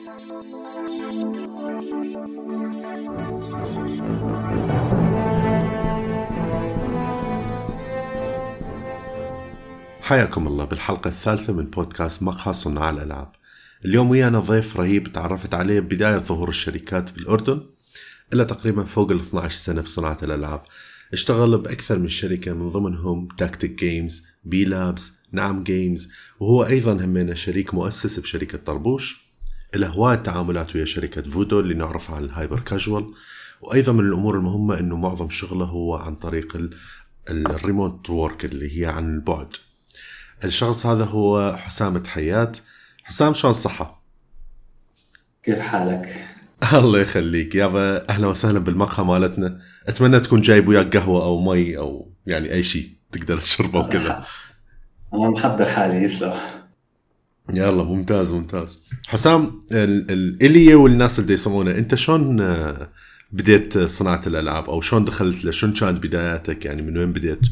حياكم الله بالحلقة الثالثة من بودكاست مقهى صناع الألعاب. اليوم ويانا ضيف رهيب تعرفت عليه بداية ظهور الشركات بالأردن إلا تقريبا فوق 12 سنة بصناعة الألعاب. اشتغل بأكثر من شركة من ضمنهم تاكتيك جيمز، بي لابس، نعم جيمز، وهو أيضا همينا شريك مؤسس بشركة طربوش. له هواية تعاملات ويا شركة فودو اللي نعرفها عن الهايبر كاجوال. وأيضا من الأمور المهمة أنه معظم شغله هو عن طريق الريموت وورك اللي هي عن البعد. الشخص هذا هو حسام تحيات. حسام، شلون الصحة؟ كيف حالك؟ الله يخليك يابا، أهلا وسهلا بالمقهى مالتنا. أتمنى تكون جايب وياك قهوة أو مي أو يعني أي شيء تقدر تشربه وكذا. أنا محضر حالي يسلم. يلا ممتاز ممتاز. حسام، إلي والناس اللي يسمونه أنت شلون بديت صناعة الألعاب أو شلون دخلت له؟ شلون كانت بداياتك؟ يعني من وين بديت؟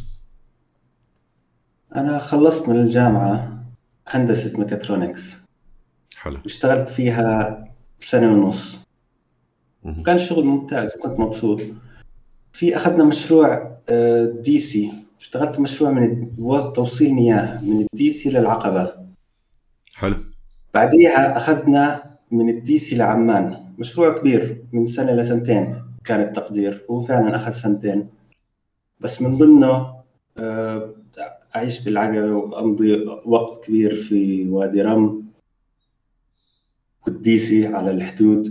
أنا خلصت من الجامعة هندسة ميكاترونكس، حلو. اشتغلت فيها سنة ونص وكان شغل ممتاز وكنت مبسوط. أخذنا مشروع دي سي، اشتغلت مشروع من توصيل مياه من الدي سي للعقبة. حلو. بعديها أخذنا من الدي سي لعمان، مشروع كبير من سنة لسنتين كان التقدير، وهو فعلا أخذ سنتين، بس من ضمنه أعيش بالعقبة وأمضي وقت كبير في وادي رم والديسي على الحدود.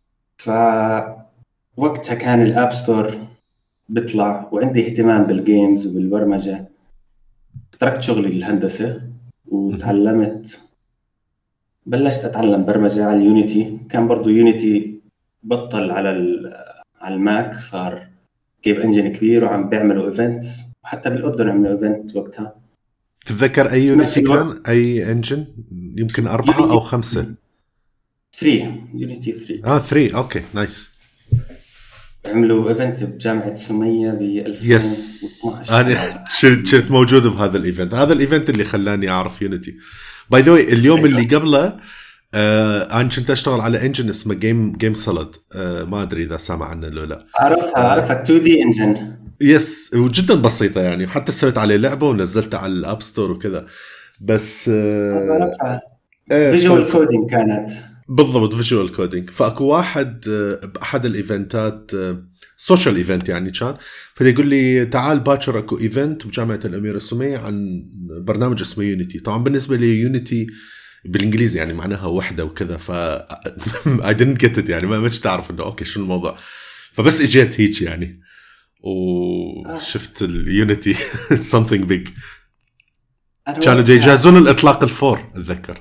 فوقتها كان الأب ستور بيطلع وعندي اهتمام بالجيمز وبالبرمجة. تركت شغلي الهندسة وتعلمت، بلشت أتعلم برمجة على اليونيتي. كان برضو يونيتي بطل على الماك، صار جيم انجن كبير وعم بيعملوا ايفنتس، حتى بالأردن عملوا ايفنت وقتها. تتذكر أي يونيتي كان؟ أي انجن؟ يمكن 4 أو 5. 3 يونيتي 3. 3 أوكي نايس. عملوا ايفنت بجامعة سمية ب 2012. أنا شرت موجود بهذا الايفنت. هذا الايفنت اللي خلاني أعرف يونيتي. باي ذا واي اليوم اللي قبله أنا كنت أشتغل على انجن اسمه جيم سوليد. ما أدري إذا سامع عنه لو لا. عرفها 2D انجن. يس، وجدا بسيطة يعني، حتى سويت عليه لعبة ونزلتها على الاب ستور وكذا. بس عرفها فيجوال كودينج كانت. بالضبط فيجوال كودينج. فاكو واحد باحد الايفنتات، سوشيال ايفنت يعني، كان فيقول لي تعال باكر اكو ايفنت بجامعه الاميره سميه عن برنامج اسمه يونيتي. طبعا بالنسبه لي يونيتي بالانجليزي يعني معناها وحده وكذا، ف I didn't get it يعني، ما كنت اعرف انه اوكي شو الموضوع. فبس اجيت هيك يعني وشفت اليونيتي something big. كانوا يجهزون الاطلاق الفور اتذكر.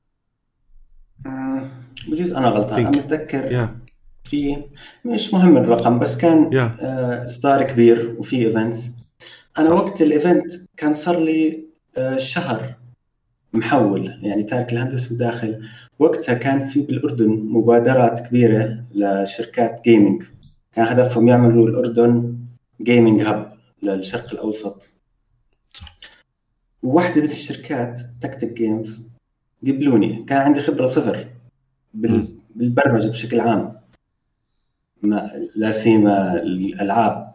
بجوز أنا غلطان، أنا متذكر في مش مهم الرقم، بس كان إصدار كبير وفي إيفنتس. أنا وقت الإيفنت كان صار لي شهر محول، يعني تارك الهندسة وداخل. وقتها كان في بالأردن مبادرات كبيرة لشركات جيمينج، كان هدفهم يعملوا الأردن جيمينج هاب للشرق الأوسط. وواحدة من الشركات تاكتيك جيمز قبلوني، كان عندي خبرة صفر بالبرمجة بشكل عام، لا سيما الألعاب،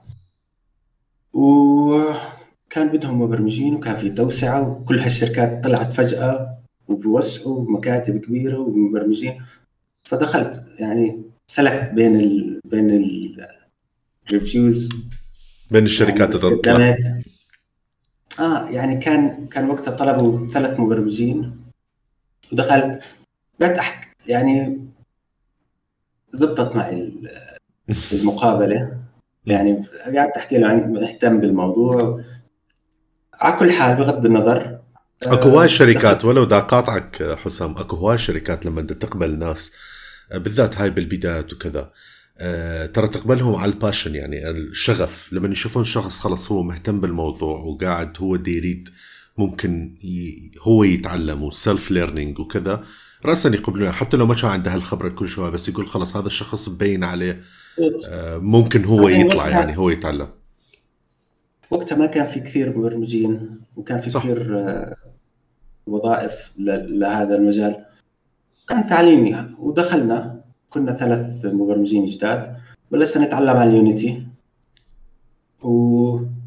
وكان بدهم مبرمجين وكان في توسعة، وكل هالشركات طلعت فجأة وبيوسعوا مكاتب كبيرة ومبرمجين. فدخلت يعني سلكت بين الريفيوز، بين الشركات تطلع. يعني كان وقتها طلبوا 3 مبرمجين ودخلت بدأت أحكي يعني زبطت معي المقابلة. يعني قاعد تحكي له عن مهتم بالموضوع. على كل حال بغض النظر، اكو هواي شركات، ولو دا قاطعك حسام، اكو هواي شركات لما انت تقبل ناس بالذات هاي بالبدايات وكذا، ترى تقبلهم على الباشن يعني الشغف. لما يشوفون شخص خلص هو مهتم بالموضوع وقاعد هو دي يريد ممكن هو يتعلم وسيلف ليرنينج وكذا، رأسا يقبلونه حتى لو ما كان عنده هالخبرة كل شوية، بس يقول خلص هذا الشخص مبين عليه ممكن هو يطلع يعني هو يتعلم. وقتها ما كان في كثير مبرمجين وكان في كثير وظائف لهذا المجال. كان تعليمي، ودخلنا كنا 3 مبرمجين جداد، بلشنا نتعلم على اليونيتي، وبعد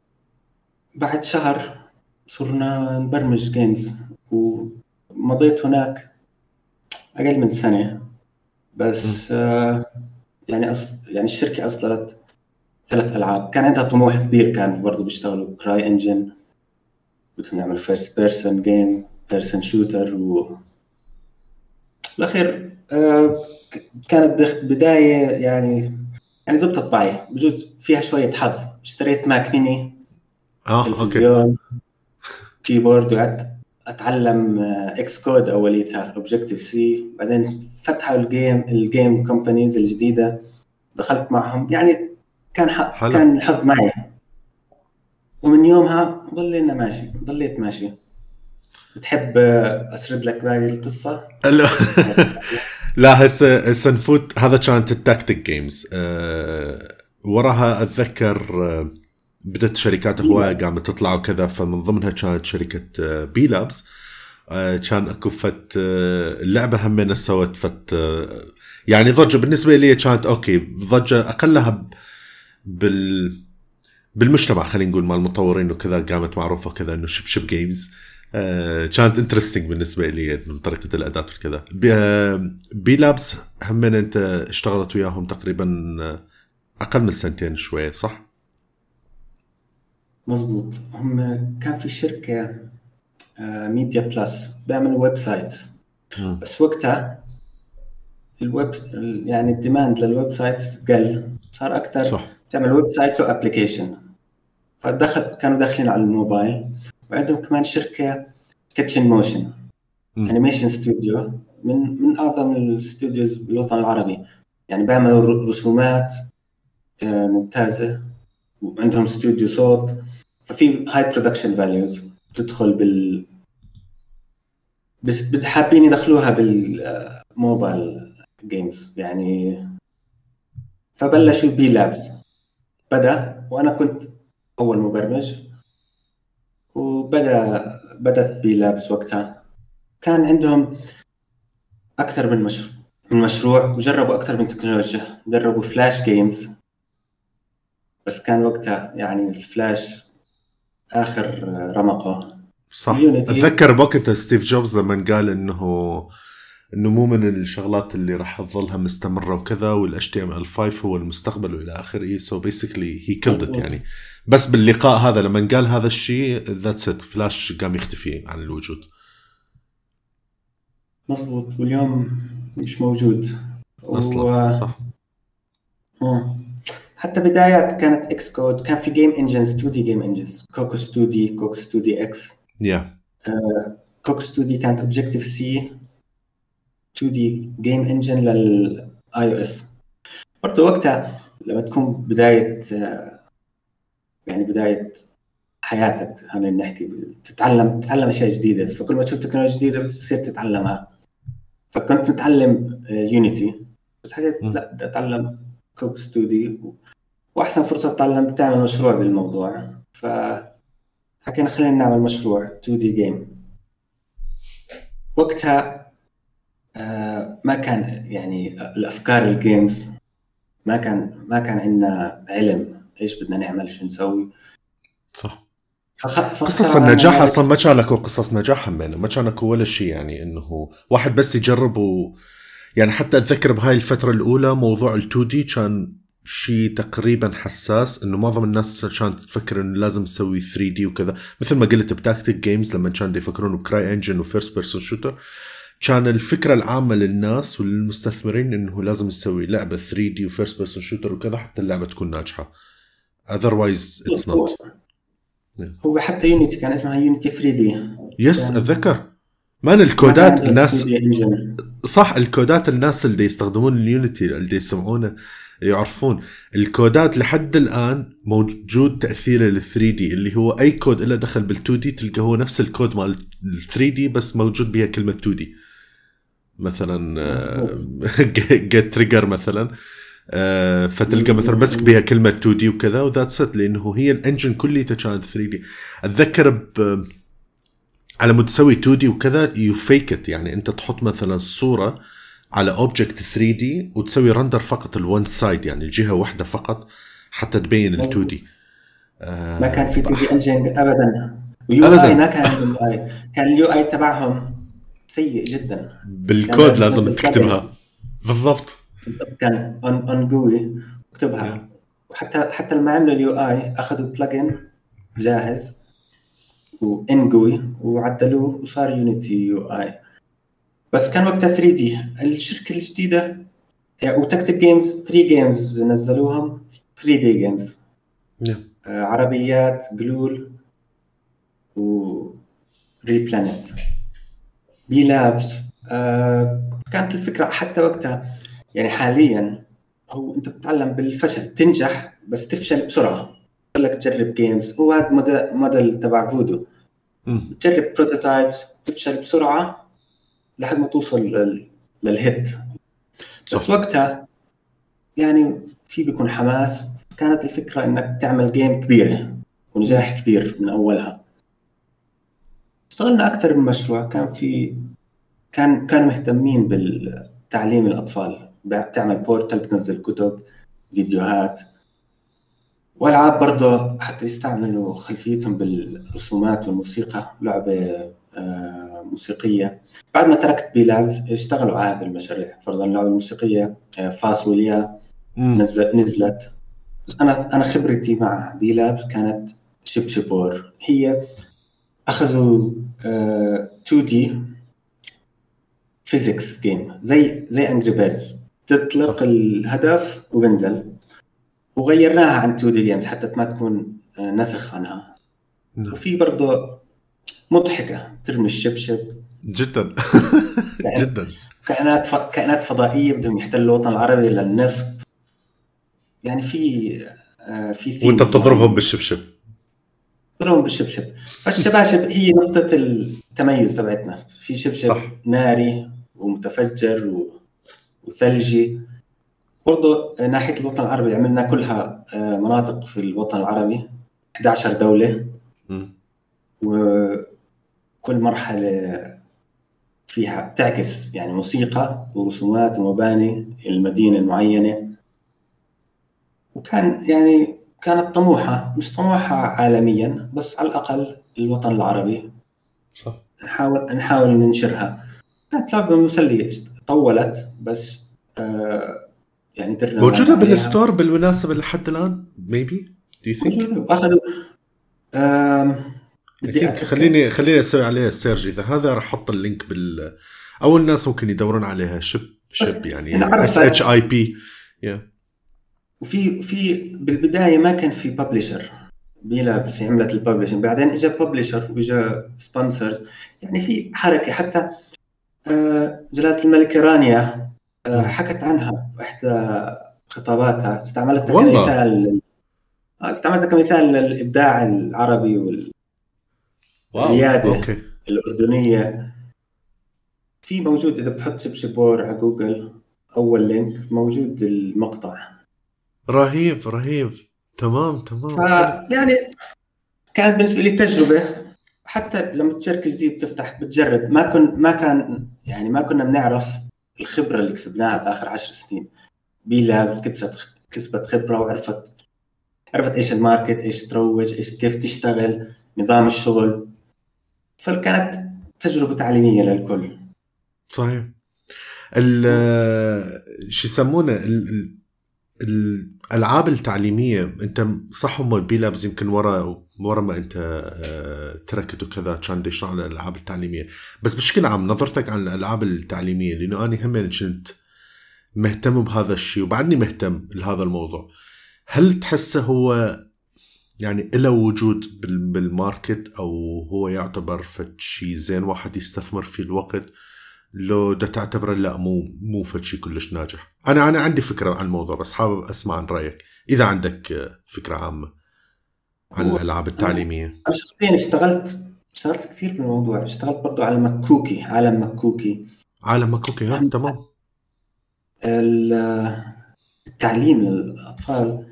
شهر صرنا نبرمج جيمز، ومضيت هناك أقل من سنة بس. يعني الشركة أصدرت 3 ألعاب، كان عندها طموح كبير، كان برضو بيشتغلوا كراي انجن، بدهم يعملوا فيرست بيرسون جيم، بيرسون شوتر، الأخير كانت بداية يعني زبطت معي، بجوز فيها شوية حظ. اشتريت ماك ميني، تلفزيون، كيبورد، وقعدت أتعلم إكس كود أوليتها، أوبجكتيف سي، بعدين فتحوا الجيم كومبانيز الجديدة، دخلت معهم. يعني كان الحظ معي، ومن يومها ضليت ماشي. بتحب أسرد لك باقي القصة؟ لا هسه نفوت. هذا كانت التاكتيك جيمز. وراها أتذكر بدت شركات هواية قامت تطلع وكذا، فمن ضمنها كانت شركة بي لابس. كان أكو اللعبة همين سوت يعني ضجة بالنسبة لي كانت أوكي، ضجة أقلها بالمجتمع، خلينا نقول مال المطورين وكذا، قامت معروفة كذا إنه شب جيمز. كانت انترستينج بالنسبة لي من طريقة الأداء وكذا. بي لابس همين أنت اشتغلت وياهم تقريبا أقل من 2 شوية، صح؟ مزبوط. هم كان في شركة ميديا بلس بيعملوا ويب سايت، بس وقتها الويب يعني الديماند للويب سايتس قل، صار أكثر تعمل ويب سايت وابليكيشن. كانوا داخلين على الموبايل، وعندهم كمان شركة سكتشن موشن انيميشن ستوديو، من أعظم الاستوديوز بالوطن العربي. يعني بيعملوا رسومات ممتازة، وعندهم استوديو صوت، ففي هاي برودكشن فاليوز تدخل بس حابين يدخلوها بالموبايل جيمز يعني. فبلشوا بي لابس، وأنا كنت أول مبرمج، بدت بي لابس. وقتها كان عندهم أكثر من مشروع، وجربوا أكثر من تكنولوجيا. جربوا فلاش جيمز، بس كان وقتها يعني الفلاش آخر رمقه. صح. أتذكر بوقتها ستيف جوبز لما قال إنه مو من الشغلات اللي راح تظلها مستمرة وكذا، وال HTML5 هو المستقبل وإلى آخره. so basically he killed it يعني. بس باللقاء هذا لما قال هذا الشيء that's it، فلاش قام يختفي عن الوجود. مظبوط، واليوم مش موجود أصلا. صح. حتى بدايات كانت إكس كود، كان في جيم إنجنز 2D جيم إنجنز، كوكو ستودي إكس. كوكو ستودي كانت أوبجكتيف سي 2D جيم إنجن للآي أو إس. برضه وقتها لما تكون بداية حياتك، خلينا نحكي، تتعلم أشياء جديدة، فكل ما تشوف تكنولوجيا جديدة بتصير تتعلمها. فكنت متعلم يونيتي، بس حكيت لا، بدي أتعلم كوكو ستودي، وأحسن فرصة تعمل مشروع بالموضوع. فحكينا خلينا نعمل مشروع 2D جيم. وقتها ما كان يعني الأفكار الجيمز، ما كان عندنا علم إيش بدنا نعمل، شو نسوي. صح. قصص النجاح أصلا ما كان لكو قصص نجاح همين، ما كان لكو ولا شيء. يعني إنه واحد بس يجرب يعني حتى أتذكر بهاي الفترة الأولى موضوع ال2D كان شيء تقريبا حساس، إنه معظم الناس كانت تفكر إنه لازم نسوي 3D وكذا. مثل ما قلت بتاكتيك جيمز لما كانوا يفكرون بكراي انجن وفيرست بيرسون شوتر، كان الفكرة العامة للناس وللمستثمرين إنه لازم نسوي لعبة 3D وفيرست بيرسون شوتر وكذا حتى اللعبة تكون ناجحة. otherwise it's not. هو حتى يونيتي كان اسمها يونيتي 3D. يس أتذكر. مان الكودات الناس صح، الكودات الناس اللي يستخدمون اليونيتي اللي يسمعونه يعرفون الكودات لحد الآن موجود تأثيره لل3D، اللي هو أي كود إلا دخل بال2D تلقى هو نفس الكود مال 3D بس موجود بها كلمة 2D. مثلا get trigger مثلا، فتلقى مثلا بس بها كلمة 2D وكذا وذات ست، لأنه هي الانجن كلها كانت 3D. أتذكر على مود تسوي 2D وكذا يفيكت، يعني انت تحط مثلا الصورة على اوبجكت 3D وتسوي رندر فقط الون سايد، يعني الجهة واحدة فقط حتى تبين ال 2D. ما كان في 2D انجن ابدا، ويو اي ما كان عندهم يو اي، كان اليو اي تبعهم سيء جدا، بالكود لازم تكتبها بالضبط. كان اون جوي اكتبها. وحتى لما عملوا اليو اي اخذوا بلجن جاهز وان جوي وعدلوه وصار يونيتي يو اي، بس كان وقتها 3 دي. الشركه الجديده يعني وتكتب جيمز 3 جيمز نزلوهم 3 دي جيمز، عربيات جلول وريبلانت بي لابس. كانت الفكره حتى وقتها، يعني حاليا هو انت بتتعلم بالفشل، تنجح بس تفشل بسرعه، لك تجرب جيمز. هو هذا موديل تبع فودو، تجرب بروتوتايبس تفشل بسرعه لحد ما توصل للهيت. بس وقتها يعني في بيكون حماس، كانت الفكره انك تعمل جيم كبيره ونجاح كبير من اولها. اشتغلنا اكثر من مشروع، كانوا مهتمين بالتعليم الاطفال، بتعمل بورتال بتنزل كتب فيديوهات والعاب برضه حتى يستعملوا خلفيتهم بالرسومات والموسيقى، لعبه موسيقيه. بعد ما تركت بي لابس اشتغلوا على هذه المشاريع، فرضا اللعبه الموسيقيه فاصوليا نزلت. بس انا خبرتي مع بي لابس كانت شبشبور. هي اخذوا 2 دي فيزيكس جيم زي انجري بيردز، تطلق الهدف وبنزل، وغيرناها عن 2 دي جيمز حتى ما تكون نسخ عنها. وفي برضه مضحكة، ترمي الشبشب جدا جدا. كائنات فضائية بدهم يحتلوا الوطن العربي للنفط، يعني في وانت بتضربهم بالشبشب. تضربهم بالشبشب. فالشباشب هي نقطة التميز تبعتنا، في شبشب صح. ناري ومتفجر وثلجي. برضو ناحية الوطن العربي عملنا كلها مناطق في الوطن العربي 11 دولة، وكل مرحلة فيها تعكس يعني موسيقى ورسومات ومباني المدينة المعينة. وكان يعني كانت طموحة، مش طموحة عالميا بس على الأقل الوطن العربي صح. نحاول ننشرها. كانت لعبة مسلية، طولت بس يعني درنا موجودة بالستور بالمناسبة لحد الآن maybe do you think؟ موجودة وأخذوا خليني أسوي عليها سيرج. إذا هذا راح أحط اللينك أول ناس ممكن يدورون عليها شب يعني SHIP. وفي بالبداية ما كان في ببلشر، بيلا بس عملت الببلشنج، بعدين إجا ببلشر وإجا سبونسرز، يعني في حركة. حتى جلالة الملكة رانيا حكت عنها إحدى خطاباتها، استعملتها كمثال للإبداع العربي والريادة الأردنية. في موجود إذا بتحط شبشبور على جوجل أول لينك موجود المقطع. رهيب تمام. يعني كانت بالنسبة لي تجربة، حتى لما شركة جديد تفتح بتجرب. ما كنا بنعرف الخبرة اللي كسبناها بآخر 10 سنين. بي لابس كسبت خبرة وعرفت إيش الماركت، إيش تروج، كيف تشتغل، نظام الشغل. فكانت تجربة تعليمية للكل. صحيح. شو يسمونه الألعاب التعليمية. أنت صح هم بي لابز يمكن ورا ما أنت تركت وكذا كان يشتغل على الألعاب التعليمية، بس بشكل عام نظرتك عن الألعاب التعليمية، لأنه أنا هم كنت مهتم بهذا الشيء وبعدني مهتم لهذا الموضوع. هل تحسه هو يعني إله وجود بالماركت، أو هو يعتبر فد شيء زين واحد يستثمر في الوقت، لو ده تعتبره لا مو فد شيء كلش ناجح؟ أنا عندي فكرة عن الموضوع بس حابب أسمع عن رأيك إذا عندك فكرة عامة عن الألعاب التعليمية. أنا شخصيا اشتغلت كثير بالموضوع. اشتغلت برضو على عالم مكوكي. تمام. التعليم للأطفال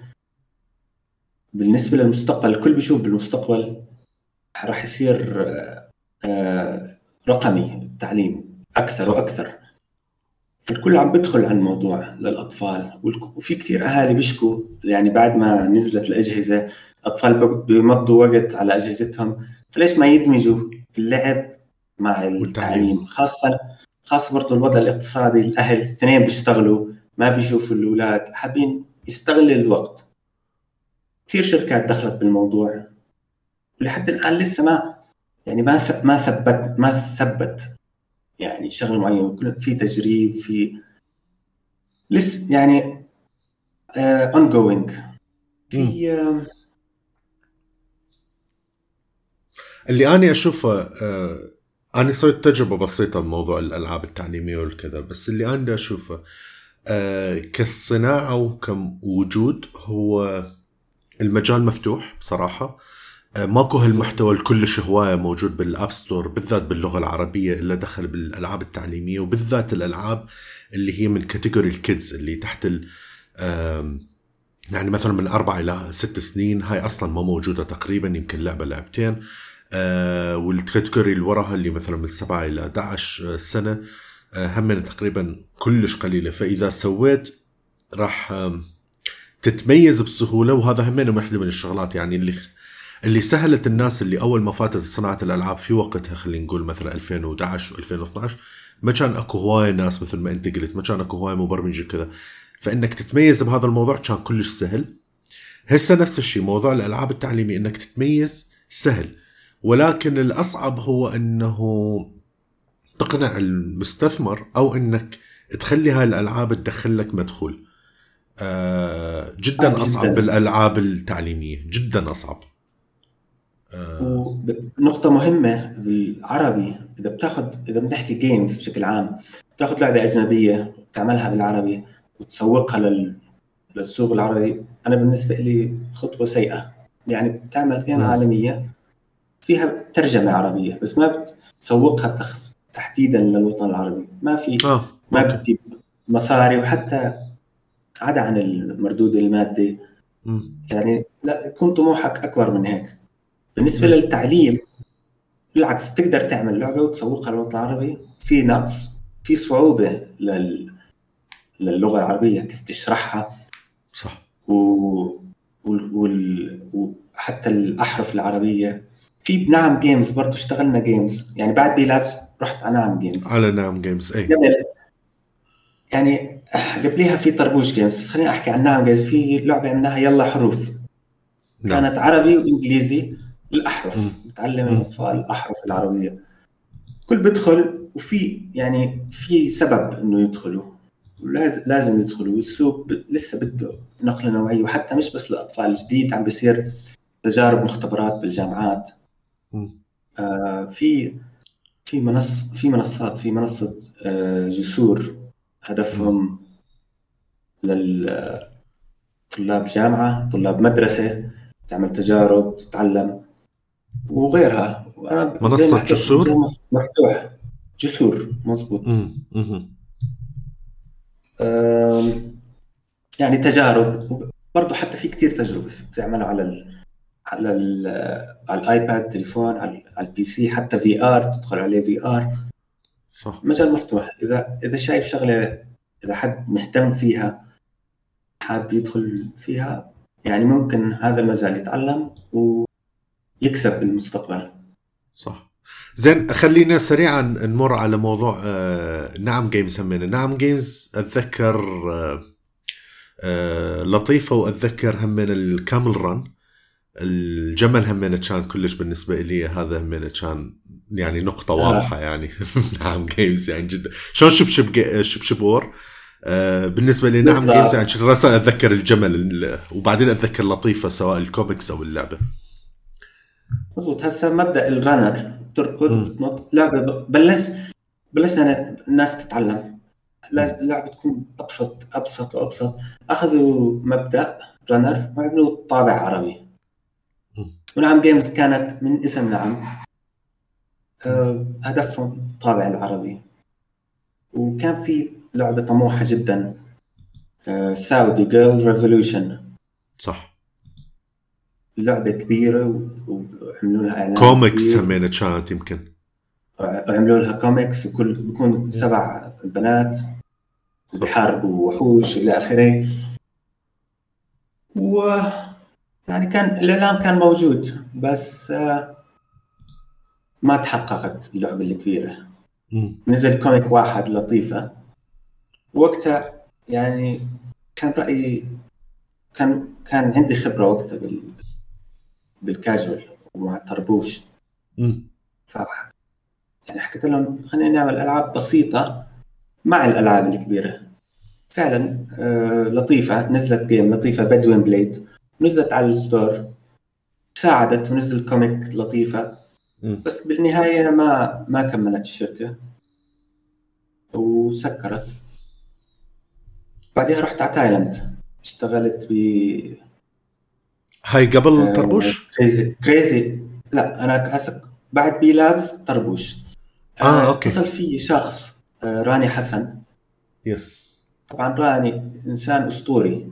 بالنسبة للمستقبل، الكل بيشوف بالمستقبل راح يصير رقمي، التعليم أكثر صح. وأكثر، فالكل عم بدخل على الموضوع للأطفال. وفي كتير أهالي بيشكوا يعني بعد ما نزلت الأجهزة أطفال بيمضوا وقت على أجهزتهم، فليش ما يدمجوا اللعب مع التعليم؟ خاصة برضو الوضع الاقتصادي، الأهل الاثنين بيشتغلوا، ما بيشوفوا الأولاد، حابين يستغل الوقت. كثير شركات دخلت بالموضوع، ولحد الآن لسه ما ثبت يعني شغل معين، في تجريب، في لسه يعني ongoing. في اللي أنا أشوفه أنا صرت تجربة بسيطة بموضوع الألعاب التعليمية والكذا، بس اللي أنا أشوفه كالصناعة وكوجود هو المجال مفتوح بصراحة. ماكو هالمحتوى الكلش هواية موجود بالأب ستور بالذات باللغة العربية إلا دخل بالألعاب التعليمية، وبالذات الألعاب اللي هي من كاتيجوري الكيدز اللي تحت يعني مثلا من 4 إلى 6 سنين، هاي أصلا ما موجودة تقريبا، يمكن لعبة لعبتين. والكاتيجوري اللي وراها اللي مثلا من 7 إلى 11 سنة هم تقريبا كلش قليلة. فإذا سويت راح تتميز بسهولة، وهذا هم واحدة من الشغلات يعني اللي سهلت الناس اللي أول ما فاتت صناعة الألعاب في وقتها، خلينا نقول مثلا 2011 و2012 ما كان أكو هواية ناس مثل ما أنت قلت، ما كان أكو هواية مبرمجة كذا، فإنك تتميز بهذا الموضوع كان كلش سهل. هسه نفس الشيء موضوع الألعاب التعليمية، إنك تتميز سهل، ولكن الأصعب هو أنه تقنع المستثمر أو أنك تخلي هاي الألعاب تدخل لك مدخول. جدا أصعب جداً. بالألعاب التعليمية جدا أصعب. ونقطة مهمة بالعربي، إذا بنحكي جيمز بشكل عام، بتاخذ لعبة أجنبية وتعملها بالعربي وتسوقها للسوق العربي، أنا بالنسبة لي خطوة سيئة. يعني بتعمل جيم عالمية فيها ترجمة عربية بس ما بتسوقها تحديدا للوطن العربي، ما في ما بتجيب مصاري، وحتى عدا عن المردود المادي يعني لا يكون طموحك أكبر من هيك. بالنسبة للتعليم بالعكس، بتقدر تعمل لعبة وتسوقها للوطن العربي، في نقص، في صعوبة للغة العربية كيف تشرحها. صح. وحتى الأحرف العربية في نعم جيمز برضو اشتغلنا جيمز، يعني بعد بيلابس رحت على نعم جيمز أي يعني قبليها في طربوش جيمز، بس خليني أحكي عن نعم جيمز. في لعبة عملناها يلا حروف، كانت عربي وإنجليزي، الأحرف بتعلم الأطفال الأحرف العربية. كل بدخل وفي يعني في سبب إنه يدخلوا، لازم يدخلوا. والسوق لسه بده نقلة نوعية، وحتى مش بس للأطفال، الجديد عم بيصير تجارب مختبرات بالجامعات. في منصات، في منصة جسور، هدفهم للطلاب جامعة، طلاب مدرسة، تعمل تجارب، تتعلم وغيرها. وأنا منصة جسور مفتوح، جسور مزبوط. يعني تجارب برضو، حتى في كتير تجربة بتعملها على الايباد، تليفون، على البي سي، حتى في ار تدخل عليه في ار. صح. مجال مفتوح، اذا شايف شغله، اذا حد مهتم فيها حاب يدخل فيها، يعني ممكن هذا المجال يتعلم ويكسب بالمستقبل. صح. زين، خلينا سريعا نمر على موضوع نعم جيمز. همنا نعم جيمز اتذكر لطيفة، واتذكر همنا الكامل رن، الجمل همنا كان كلش بالنسبة لي، هذا همنا كان يعني نقطة واضحة يعني. نعم جيمز يعني جدا شلون شبشب وور بالنسبة لي نعم جيمز يعني رسالة. أتذكر الجمل، وبعدين أتذكر لطيفة سواء الكوميكس أو اللعبة. مضبوط. هسه مبدأ الرنر، تركض تنط، لعبة بلشنا الناس تتعلم اللعبة تكون أبسط وأبسط. أخذوا مبدأ رنر وعملوا طابع عربي. ونعم جيمز كانت من اسم نعم، هدفهم الطابع العربي. وكان في لعبة طموحة جدا، ساودي جيرل ريفولوشن. صح. لعبة كبيرة وعملوا لها إعلان كوميكس همين كانت يمكن عملوا لها كوميكس وكل بيكون 7 بنات بيحاربوا وحوش إلى آخره. ويعني كان الإعلام كان موجود، بس ما تحققت اللعبة الكبيرة. نزل كوميك واحد لطيفة وقتها، يعني كان رأيي كان عندي خبرة وقتها بالكاجوال ومع الطربوش. يعني حكيت لهم خلينا نعمل ألعاب بسيطة مع الألعاب الكبيرة. فعلا لطيفة، نزلت جيم لطيفة بدوين بليد، نزلت على الستور، ساعدت ونزل كوميك لطيفة. بس بالنهاية ما كملت الشركة وسكرت. بعدها رحت على تايلاند، اشتغلت هاي قبل طربوش؟ كريزي. لا أنا بعد بي لابز طربوش. أوكي. اتصل في شخص راني حسن. يس. طبعا راني إنسان أسطوري.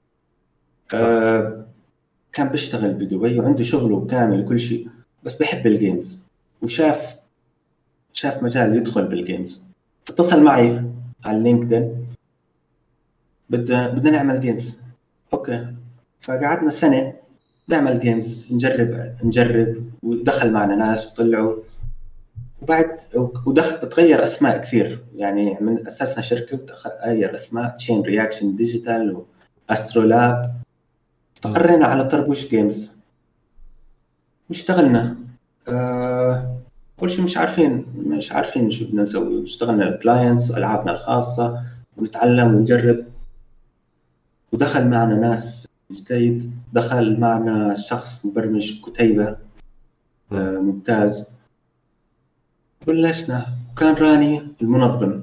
كان بيشتغل بدبي وعنده شغله كامل وكل شيء، بس بحب الجيمز وشاف مجال يدخل بالجيمز. اتصل معي على لينكدين، بدنا نعمل جيمز. اوكي. فقعدنا سنة نعمل جيمز، نجرب ودخل معنا ناس وطلعوا. وبعد تغير اسماء كثير، يعني من اسسنا شركة وتغير اسماء، تشين رياكشن ديجيتال واسترولاب. استقرينا على طربوش جيمز واشتغلنا. كل شيء مش عارفين شو بدنا نسوي. اشتغلنا كلاينتس وألعابنا الخاصة ونتعلم ونجرب. ودخل معنا ناس جديد، دخل معنا شخص مبرمج كتيبة ممتاز. بلشنا، وكان راني المنظم،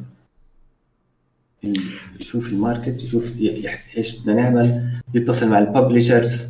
يشوف الماركت، يشوف ايش بدنا نعمل، يتصل مع الببلشرز.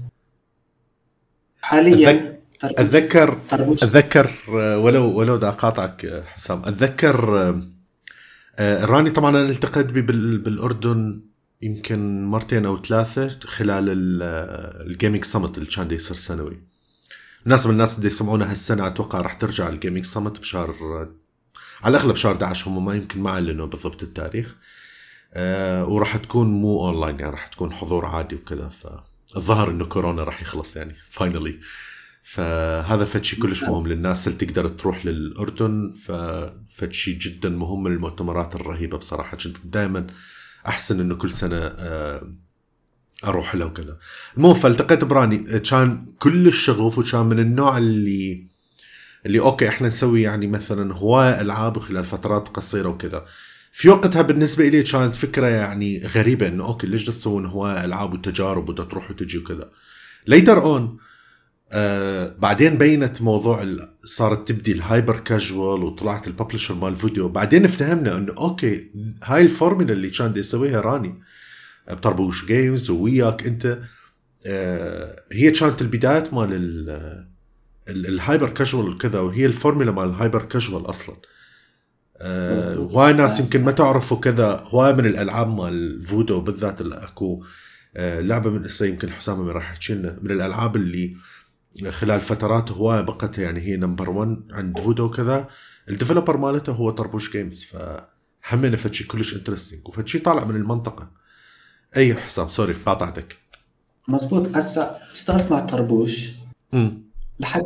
حاليا أتذكر ولو دا أقاطعك حسام، أتذكر راني طبعا أنا التقيت بي بالأردن يمكن مرتين أو 3 خلال الجيمينج سمت اللي كان يصير سنوي. الناس اللي يسمعونا هالسنة أتوقع راح ترجع الجيمينج سمت بشهر، على الأغلب شهر 11، هم ما يمكن ما أعلنوا بالضبط التاريخ. وراح تكون مو أونلاين، يعني راح تكون حضور عادي وكذا. فالظهر إنه كورونا راح يخلص يعني فاينلي. فهذا فتشي كلش مهم للناس اللي تقدر تروح للأردن. ففتشي جدا مهم من المؤتمرات الرهيبة بصراحة. كنت دائما أحسن إنه كل سنة أروح له وكذا. المهم فالتقيت براني، كان كل الشغوف، وكان من النوع اللي أوكي إحنا نسوي يعني مثلا هواية ألعاب خلال فترات قصيرة وكذا. في وقتها بالنسبة إلي كانت فكرة يعني غريبة إنه أوكي ليش تسوون هواية ألعاب وتجارب وتروح وتجي وكذا. later on بعدين بينت موضوع صارت تبدي الهايبر كاجوال وطلعت الببلشر مال الفيديو. بعدين افتهمنا انه اوكي هاي الفورمولا اللي كان دي يسويها راني بطربوش جيمز وياك انت هي كانت البدايات مال الهايبر كاجوال وكذا، وهي الفورمولا مال الهايبر كاجوال اصلا. هواي ناس يمكن ما تعرفوا كذا. هواي من الالعاب مال فودو بالذات اللي اكو لعبه من اسا يمكن حسام راح يحكي لنا من الالعاب اللي خلال فترات هواية بقت يعني هي نمبر 1 عند فودو كذا. الديفلوبر مالته هو طربوش جيمز. فحمينا فتشي كلش انترستينج وفتشي طالع من المنطقة. اي حسام سوري قاطعتك. مزبوط. هسا اشتغلت مع طربوش لحد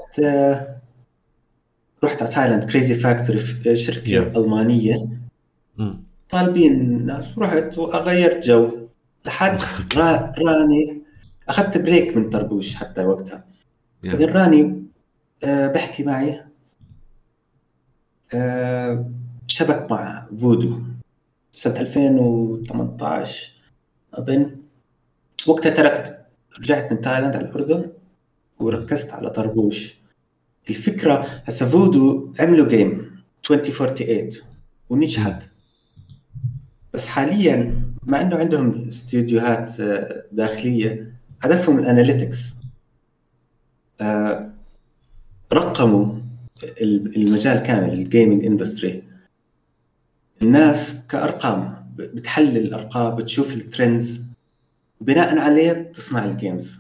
رحت على تايلاند كريزي فاكتوري في شركة ألمانية طالبين ناس، ورحت وغيرت جو لحد راني أخذت بريك من طربوش حتى وقتها. بعدين راني بحكي معي شبك مع فودو سنة 2018 أظن. وقتها تركت، رجعت من تايلاند على الأردن وركزت على طربوش. الفكرة هسا فودو عملوا جيم 2048 ونجحت. بس حاليا مع أنه عندهم استديوهات داخلية، هدفهم الأناليتكس. رقموا المجال كامل الجيمينج اندستري. الناس كأرقام بتحلل الأرقام، بتشوف الترندز، بناء عليه بتصنع الجيمز.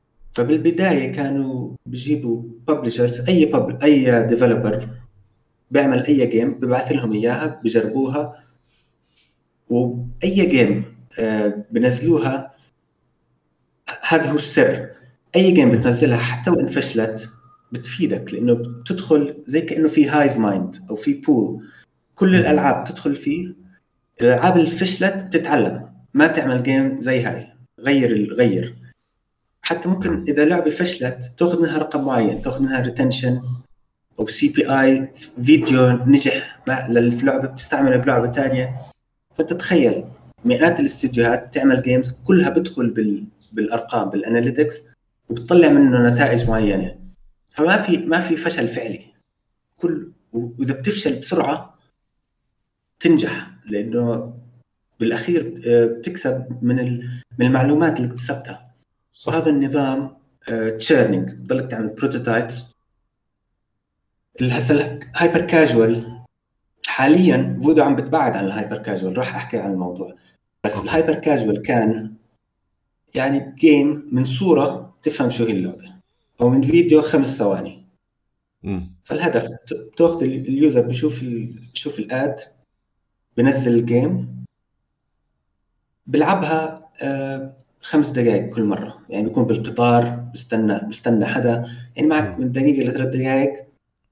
فبالبداية كانوا بيجيبوا ببلشرز، أي ديفلوبر بيعمل اي جيم ببعث لهم اياها بجربوها، واي جيم بنزلوها. هذا هو السر. اي جيم بتنزلها حتى وان فشلت بتفيدك، لانه بتدخل زي كانه في هايف مايند او في بول. كل الالعاب تدخل فيه. الالعاب اللي فشلت بتتعلم ما تعمل جيم زي هاي. غير حتى ممكن اذا لعبه فشلت تاخذ منها رقم معين، تاخذ منها ريتنشن او CPI. فيديو نجح للعبه بتستعمله بلعبه ثانيه. فانت تخيل مئات الاستديوهات تعمل جيمز كلها بدخل بالارقام بالاناليتكس وبتطلع منه نتائج معينه. ما في فشل فعلي. واذا بتفشل بسرعه تنجح، لانه بالاخير بتكسب من المعلومات اللي اكتسبتها. هذا النظام تشيرنينج، بضلك تعمل بروتوتايبس. هسه الهايبر كاجوال حاليا فودو عم بتبعد عن الهايبر كاجوال، راح احكي عن الموضوع. بس الهايبر كاجوال كان يعني جيم من صورة تفهم شو هي اللعبة، او من فيديو 5 ثواني. فالهدف تاخذ اليوزر بشوف الاد، بنزل الجيم، بلعبها 5 دقائق كل مرة. يعني بيكون بالقطار بستنى حدا، يعني معك من دقيقة ل3 دقائق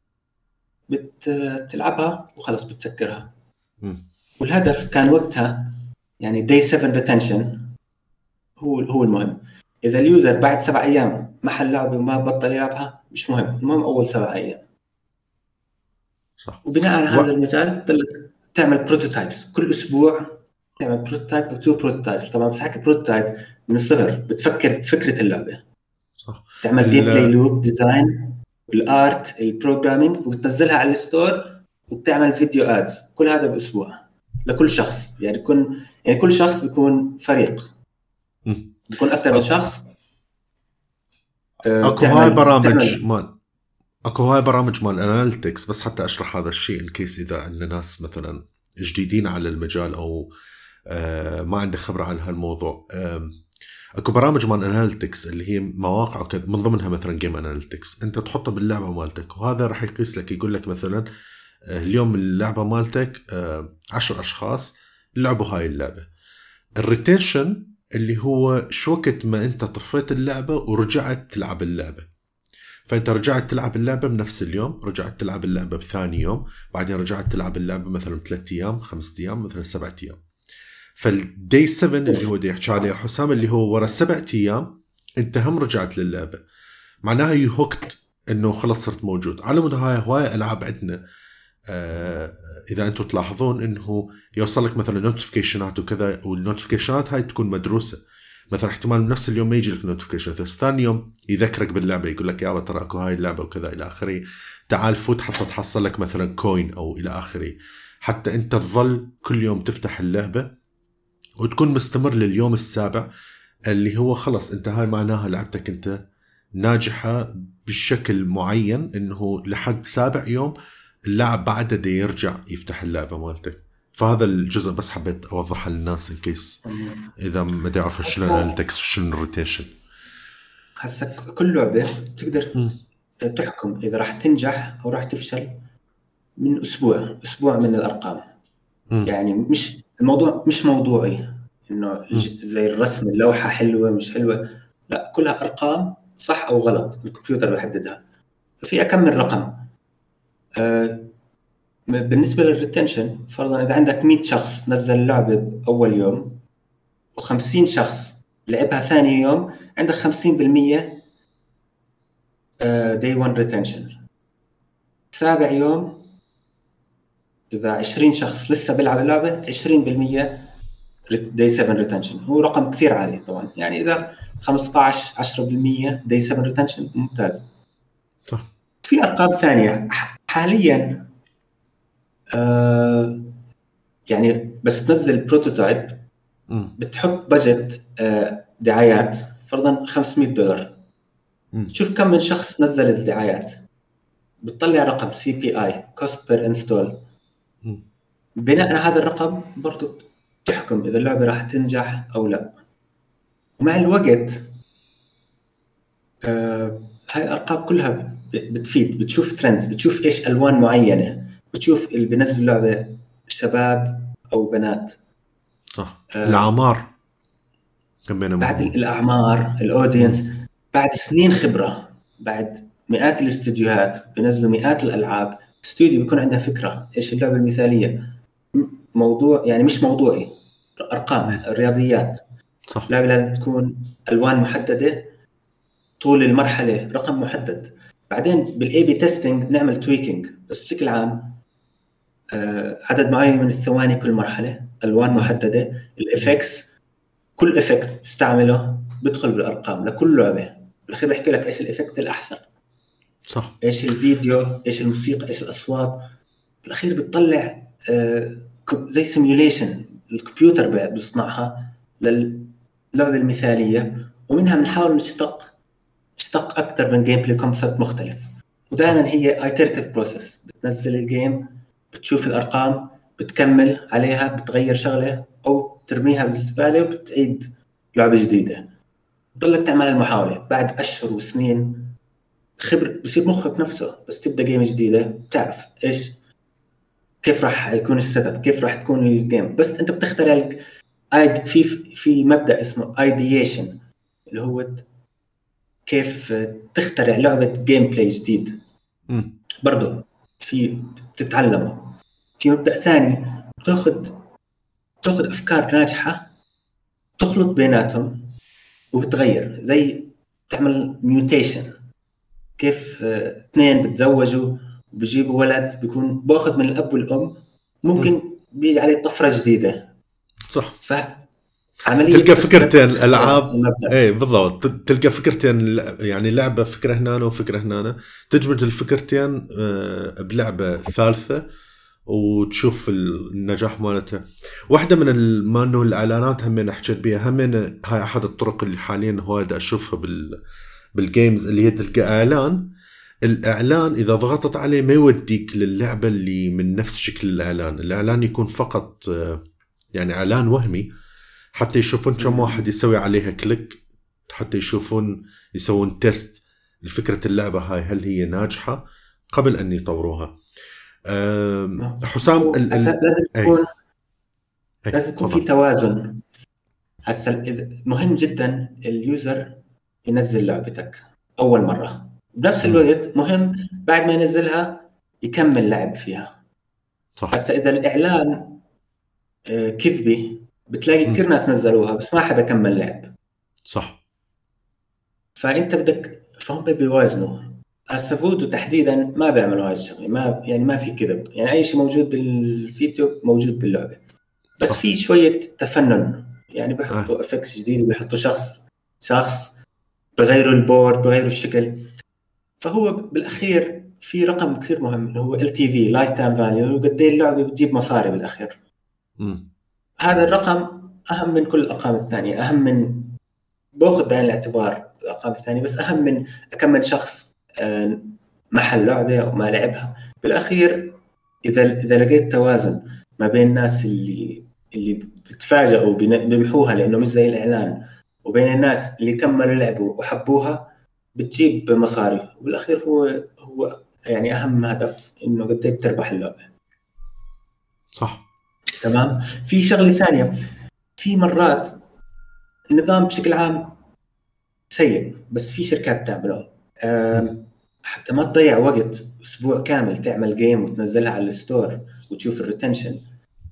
بتلعبها وخلص بتسكرها. والهدف كان وقتها يعني day 7 retention هو المهم. إذا اليوزر بعد 7 أيام ما حل لعبة وما بطل يلعبها مش مهم، المهم أول 7 أيام. صح. وبناء على هذا المجال بدك تعمل بروتوتايبس كل أسبوع، تعمل بروتوتايب أو 2 بروتوتايبس. طبعا بس حكي بروتوتايب من الصفر، بتفكر فكرة اللعبة. صح. تعمل جيم بلاي لوب، ديزاين، الارت، البروجرامينج، وبتنزلها على الستور، وبتعمل فيديو ادز. كل هذا باسبوع لكل شخص. يعني كل شخص بيكون فريق، بيكون اكثر من شخص. اكو هاي برامج مال اناليتكس، بس حتى اشرح هذا الشيء ان كيس اذا عندنا ناس مثلا جديدين على المجال او ما عنده خبره عن هالموضوع. اكو برامج مال اناليتكس اللي هي مواقع وكذا، من ضمنها مثلا جيم اناليتكس. انت تحطه باللعبه مالتك، وهذا راح يقيس لك، يقول لك مثلا اليوم اللعبه مالتك 10 اشخاص لعبوا هاي اللعبه. الريتنشن اللي هو شو وقت ما انت طفيت اللعبه ورجعت تلعب اللعبه. فانت رجعت تلعب اللعبه بنفس اليوم، رجعت تلعب اللعبه بثاني يوم، بعدين رجعت تلعب اللعبه مثلا 3 ايام 5 ايام مثلا 7 ايام. فالدي 7 اللي هو دي يحكي عليه حسام، اللي هو ورا 7 ايام انت هم رجعت للعبه، معناها يهوكت انه خلص صرت موجود. على مود هواي العاب عندنا اذا انتم تلاحظون انه يوصل لك مثلا نوتيفيكيشنات وكذا، والنوتيفيكيشنات هاي تكون مدروسه. مثلا احتمال نفس اليوم ما يجي لك نوتيفيكيشن، ثاني يوم يذكرك باللعبه، يقول لك يا ترى اكو هاي اللعبه وكذا الى اخره، تعال فوت حتى تحصل لك مثلا كوين او الى اخره، حتى انت تظل كل يوم تفتح اللعبه وتكون مستمر لليوم السابع، اللي هو خلص انت هاي معناها لعبتك انت ناجحه بالشكل معين، انه لحد 7 يوم اللاعب بعده دي يرجع يفتح اللعبه مالتك. فهذا الجزء بس حبيت اوضحها للناس الكيس اذا ما تعرفوا شنو الاناليتكس وشنو الروتيشن. هسه كل لعبه تقدر تحكم اذا راح تنجح او راح تفشل من اسبوع من الارقام. يعني مش الموضوع مش موضوعي انه زي الرسم، اللوحه حلوه مش حلوه، لا كلها ارقام صح او غلط الكمبيوتر بيحددها. ففي كم من رقم. بالنسبه للريتنشن، فرضا اذا عندك 100 شخص نزل اللعبه اول يوم و50 شخص لعبها ثاني يوم، عندك 50% day 1 retention. سابع يوم إذا 20 شخص لسه بيلعب اللعبة 20% day 7 retention. هو رقم كثير عالي طبعا. يعني إذا 15-10% day 7 retention ممتاز. صح. في أرقام ثانية حاليا يعني بس تنزل بروتوتايب بتحط بجت دعايات فرضا $500. شوف كم من شخص نزل الدعايات، بتطلع رقم CPI cost per install. بناء على هذا الرقم برضو تحكم إذا اللعبة راح تنجح أو لا. ومع الوقت هاي الأرقام كلها بتفيد، بتشوف ترندز، بتشوف إيش ألوان معينة بتشوف اللي بينزل لعبة شباب أو بنات. صح. الأعمار بعد الأعمار الأودينس بعد سنين خبرة، بعد مئات الاستوديوهات بينزلوا مئات الألعاب. استوديو بيكون عندها فكرة إيش اللعبة المثالية، موضوع يعني مش موضوعي، أرقام رياضيات. صح. لعبة لازم تكون ألوان محددة، طول المرحلة رقم محدد. بعدين بالاي بي تيستينج نعمل تويكينج، بس بشكل عام عدد معين من الثواني كل مرحلة، ألوان محددة، الإفكس كل إفكت تستعمله بدخل بالأرقام لكل لعبة. بالأخير بحكي لك إيش الإفكت الأحسن، صح. إيش الفيديو، إيش الموسيقى، إيش الأصوات. بالأخير بتطلع زي سيميوليشن الكمبيوتر بيصنعها للعبة المثالية، ومنها بنحاول نشتق أكثر من جيم بلاي كونسبت مختلف. ودائما هي ايتريتيف بروسيس، بتنزل الجيم، بتشوف الأرقام، بتكمل عليها، بتغير شغلة أو ترميها بالزبالة وبتعيد لعبة جديدة. بتضلك تعمل المحاولة بعد أشهر وسنين خبر، بصير مخك نفسه بس تبدأ جيم جديدة بتعرف إيش كيف راح يكون السيت اب، كيف راح تكون الجيم. بس أنت بتخترع في مبدأ اسمه ايديشن، اللي هو كيف تخترع لعبة جيم بلاي جديد. برضو في تتعلمه. في مبدأ ثاني، تأخذ أفكار ناجحة تخلط بيناتهم وبتغير، زي تعمل ميوتيشن. كيف اثنين بتزوجوا وبيجيبوا ولد بيكون باخذ من الأب والأم، ممكن بيجي عليه طفرة جديدة. صح. عملية تلقى فكرتين الألعاب، ايه بالضبط، تلقى فكرتين، يعني لعبة فكرة هنا وفكرة هنا، تجمد الفكرتين بلعبة ثالثة وتشوف النجاح مالتها. واحدة من ما انه الإعلانات هم حكيت بيها، هم هاي أحد الطرق اللي حاليا هو دا أشوفها بالجيمز، اللي هي تلقى الإعلان إذا ضغطت عليه ما يوديك للعبة اللي من نفس شكل الإعلان يكون فقط يعني إعلان وهمي، حتى يشوفون كم واحد يسوي عليها كليك، حتى يسوون تيست لفكرة اللعبة هاي هل هي ناجحة قبل أن يطوروها. حسام لازم يكون في توازن. هسه مهم جدا اليوزر ينزل لعبتك أول مرة، بنفس الوقت مهم بعد ما ينزلها يكمل لعب فيها. هسه إذا الإعلان كذبي بتلاقي كثير ناس نزلوها بس ما حدا كمل لعب. صح. فأنت بدك، فهم بيوازنوا. هسه فودو تحديدا ما بيعملوا هاي الشغله، ما في كذب، يعني أي شيء موجود بالفيديو موجود باللعبة، بس صح. في شوية تفنن، يعني بيحطوا افكس جديد، بيحطوا شخص بغيروا البورد، بغيروا الشكل. فهو بالأخير في رقم كثير مهم اللي هو LTV Lifetime Value، وقد ايه اللعبة بتجيب مصاري بالأخير. هذا الرقم أهم من كل الأرقام الثانية، أهم من باخذ بعين الاعتبار الأرقام الثانية، بس أهم من كم من شخص محل لعبة وما لعبها. بالأخير إذا لقيت توازن ما بين الناس اللي بتفاجئوا بيمحوها لأنه مش زي الإعلان، وبين الناس اللي كملوا لعبوا وحبوها، بتجيب مصاري. وبالأخير هو يعني أهم هدف إنه قد ايه بتربح اللعبة. صح. تمام. في شغلة ثانية، في مرات النظام بشكل عام سيء بس في شركات تعمله حتى ما تضيع وقت أسبوع كامل تعمل جيم وتنزلها على الستور وتشوف الريتنشن.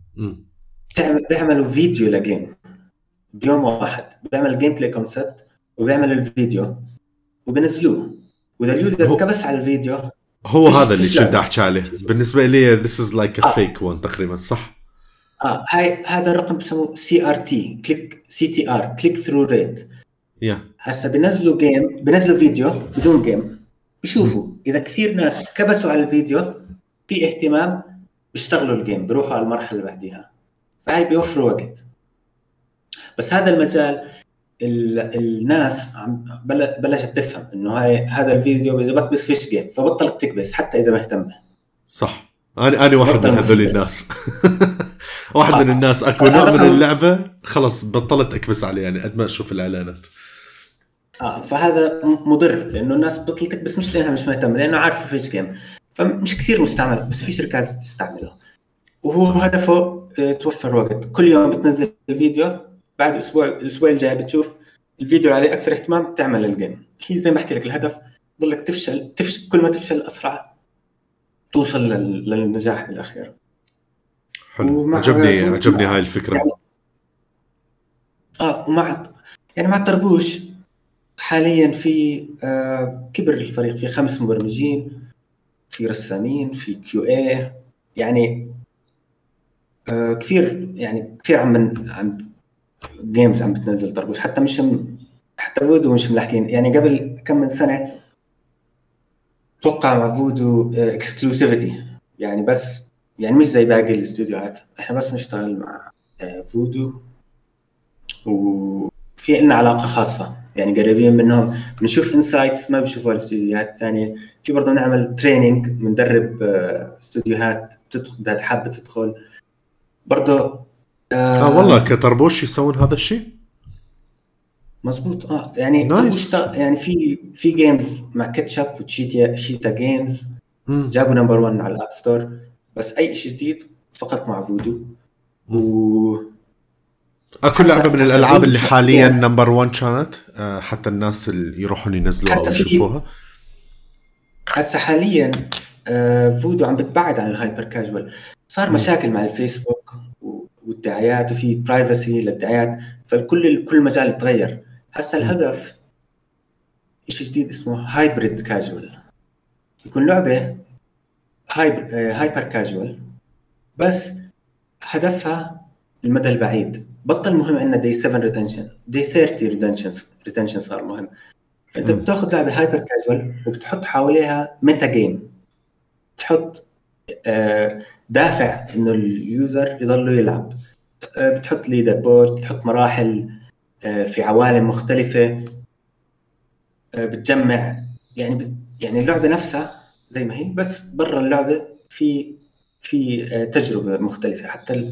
بيعملوا فيديو لجيم بيوم واحد، بيعمل جيم بلاي كونسبت وبيعمل الفيديو وبنزلوه، وإذا اليوزر كبس على الفيديو هو هذا اللي كنت أحكي عليه بالنسبة لي. this is like a fake one تقريبا. صح. هذا الرقم بسموه CRT CTR click through rate. هسه بنزلوا فيديو بدون جيم، بيشوفوا إذا كثير ناس كبسوا على الفيديو في اهتمام بيشتغلوا الجيم، بيروحوا على المرحلة اللي بعديها. فهي بيوفروا وقت. بس هذا المجال الناس بلشت تفهم إنه هذا الفيديو إذا بكبس فيش جيم، فبطلت تكبس حتى إذا مهتمة. صح. أنا واحد من هذول الناس. واحد من الناس أكو نوع من اللعبة خلص بطلت أكبس عليه، يعني قد ما أشوف الإعلانات. فهذا مضر لأنه الناس بطلت تكبس مش لأنها مش مهتمة، لأنه عارفة فيش جيم. فمش كثير مستعمل، بس في شركات تستعمله. وهو هدفه توفر وقت. كل يوم بتنزل فيديو، بعد الأسبوع الجاي بتشوف الفيديو عليه أكثر اهتمام، بتعمل الجيم. هي زي ما أحكي لك، الهدف ضلك تفشل، كل ما تفشل أسرع توصل للنجاح بالأخير. حلو، عجبني هاي الفكرة. يعني مع الطربوش حاليا في كبر الفريق، في 5 مبرمجين، في رسامين، في QA، يعني كثير عم جيمز عم بتنزل طربوش. حتى فودو مش ملاحقين. يعني قبل كم من سنة توقع مع فودو اكسكلوسيفيتي، يعني بس يعني مش زي باقي الاستوديوهات، احنا بس نشتغل مع فودو وفي لنا علاقة خاصة، يعني قريبين منهم، بنشوف انسايتس ما بيشوفوها الاستوديوهات الثانية. في برضه نعمل تريننج، بندرب استوديوهات حابة تدخل برضه. والله كطربوش يسوون هذا الشيء مزبوط. يعني طربوش يعني في جيمز مع كاتشب وشيتا جيمز جابوا نمبر 1 على الاب ستور، بس اي شيء جديد فقط مع فودو. كل لعبة من الألعاب اللي حاليا نمبر 1 كانت حتى الناس اللي يروحون ينزلوها أو يشوفوها. هسه حاليا فودو عم بتبعد عن الهايبر كاجوال، صار مشاكل مع الفيسبوك والدعايات، وفي برايفسي للدعايات، كل مجال تغير. هسه الهدف شيء جديد اسمه هايبريد كاجوال، يكون لعبة هايبر كاجوال، بس هدفها المدى البعيد. بطل مهم عندنا دي 7 ريتنشن، دي 30 ريتنشن صار مهم. فانت بتاخذ لعبه هايبر كاجوال وبتحط حواليها ميتا جيم، تحط دافع انه اليوزر يضل يلعب، بتحط ليدر بورد، بتحط مراحل في عوالم مختلفه، بتجمع يعني اللعبه نفسها زي ما هي، بس برا اللعبه في تجربه مختلفه، حتى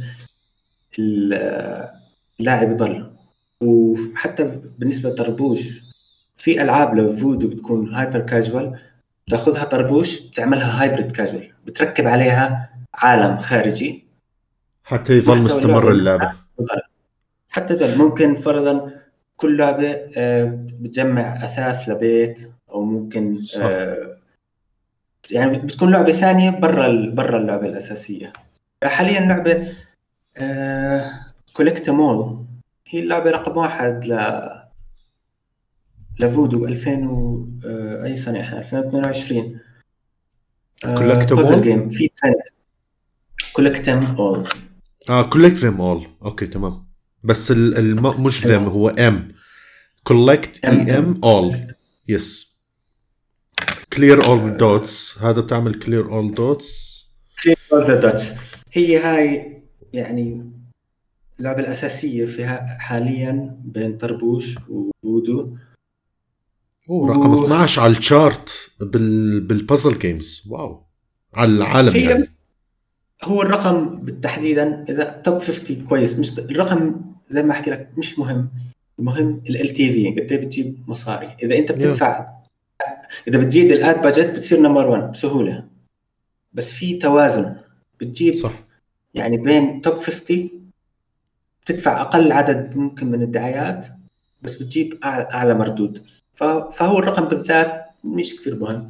اللاعب يضل. وحتى بالنسبه لطربوش، في العاب لفودو بتكون هايبر كاجوال، تاخذها طربوش تعملها هايبريد كاجوال، بتركب عليها عالم خارجي حتى يظل مستمر اللعبه. حتى ده ممكن فرضا كل لعبه بتجمع اثاث لبيت، او ممكن يعني بتكون لعبه ثانيه برا اللعبه الاساسيه. حاليا لعبه كولكتمول هي اللعبه رقم 1 لفودو 2000 اي سنه احنا 2022. بازل جيم في ترند كولكتم اول. كولكتم اول، اوكي تمام. بس مش ذم، هو ام كولكت ام اول. يس، كلير اول دوتس، هذا بتعمل كلير اول دوتس. هي هاي يعني اللعبة الأساسية فيها حاليا بين طربوش وفودو. رقم 12 على الشارت بالبازل جيمز. واو، على العالم يعني. هو الرقم بالتحديدا إذا توب 50 كويس، مش الرقم زي ما أحكي لك مش مهم. المهم LTV قد ايه بتجيب مصاري. إذا أنت بتدفع إذا بتزيد الاد باجت بتصير نمبر 1 بسهولة، بس في توازن بتجيب صح. يعني بين توب 50 بتدفع أقل عدد ممكن من الدعايات، بس بتجيب أعلى مردود. فهو الرقم بالذات مش كثير مهم.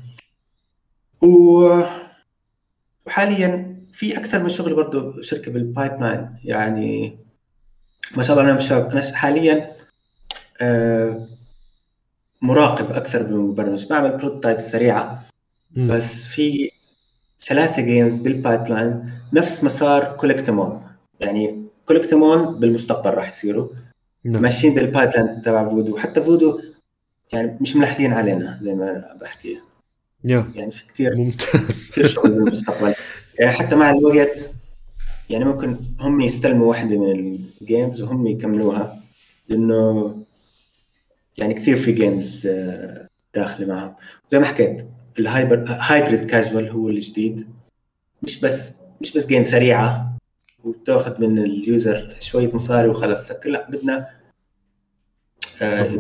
وحاليا في أكثر من شغل برضو شركة بالبايب لاين، يعني ما شاء الله. أنا حاليا مراقب أكثر من مبرمج، بعمل بروتوتايب سريعة. بس في 3 جيمز بالبايب لاين نفس مسار كولكتمون، يعني كولكتمون بالمستقبل راح يصيروا ماشيين بالبايب لاين تبع فودو. حتى فودو يعني مش ملاحقين علينا زي ما بحكي. يعني في كثير ممتاز. كثير شغل بالمستقبل، يعني حتى مع الوقت يعني ممكن هم يستلموا واحدة من الجيمز وهم يكملوها، لأنه يعني كثير في جيمز داخل معهم. زي ما حكيت هايبريد كاجوال هو الجديد، مش بس جيم سريعة وتاخذ من اليوزر شوية مصاري وخلص سكر. لا، بدنا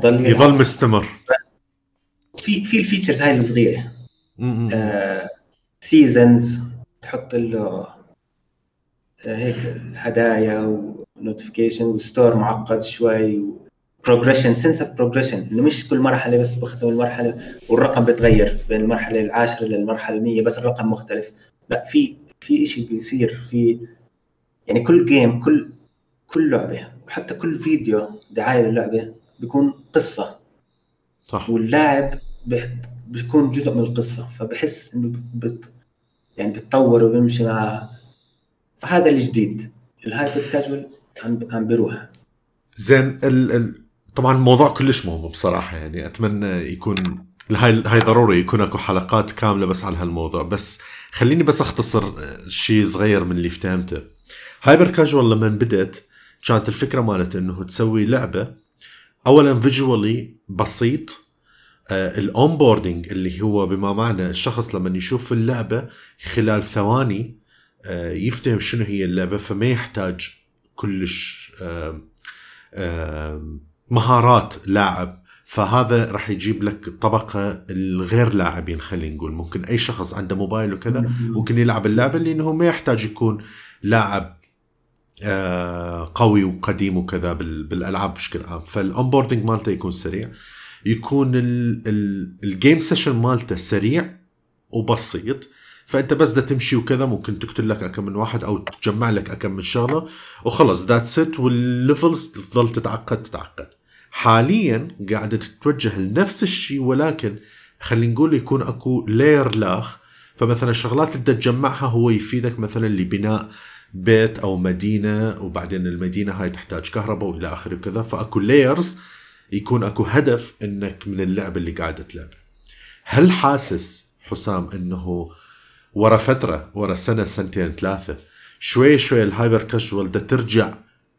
يظل مستمر. في الفيتشرز هاي الصغيرة سيزنز، تحط له هيك هدايا ونوتيفيكيشن وستور معقد شوي، بروجريشن، سنس اوف بروجريشن، انه مش كل مرحله بس بختم المرحله والرقم بيتغير بين المرحله العاشره للمرحله 100 بس الرقم مختلف. لا، في شيء بيصير في، يعني كل جيم، كل لعبه وحتى كل فيديو دعايه للعبه بيكون قصه. صح. واللاعب بيكون جزء من القصه، فبحس انه يعني بيتطور وبيمشي معها. فهذا الجديد، الهايبر كاجوال عم بيروح. زين طبعا الموضوع كلش مهم بصراحة، يعني أتمنى يكون هاي ضروري يكون اكو حلقات كاملة بس على هالموضوع، بس خليني بس اختصر شيء صغير من اللي فهمته. هايبر كاجوال لما بدأت كانت الفكرة مالت انه تسوي لعبة اولا فيجوالي بسيط، الاونبوردينج اللي هو بما معنى الشخص لما يشوف اللعبة خلال ثواني يفتهم شنو هي اللعبة، فما يحتاج كلش مهارات لاعب. فهذا راح يجيب لك طبقة الغير لاعبين، خلينا نقول ممكن أي شخص عنده موبايل وكذا ممكن يلعب اللعبة لأنه ما يحتاج يكون لاعب قوي وقديم وكذا بالألعاب بشكل عام. فالأونبوردينج مالته يكون سريع، يكون الجيم سيشن مالته سريع وبسيط، فانت بس دا تمشي وكذا ممكن تقتل لك اكم من واحد او تجمع لك اكم من شغله وخلص ذاتس ات، والليفلز تظل تتعقد. حاليا قاعده تتوجه لنفس الشيء، ولكن خلينا نقول يكون اكو لاير لاخ. فمثلا الشغلات اللي تجمعها هو يفيدك مثلا لبناء بيت او مدينه، وبعدين المدينه هاي تحتاج كهرباء والى اخره وكذا. فاكو لايرز، يكون اكو هدف انك من اللعبه اللي قاعده تلعب. هل حاسس حسام انه ورا فترة، ورا سنة سنتين ثلاثة، شوي الهايبر كاجوال ده ترجع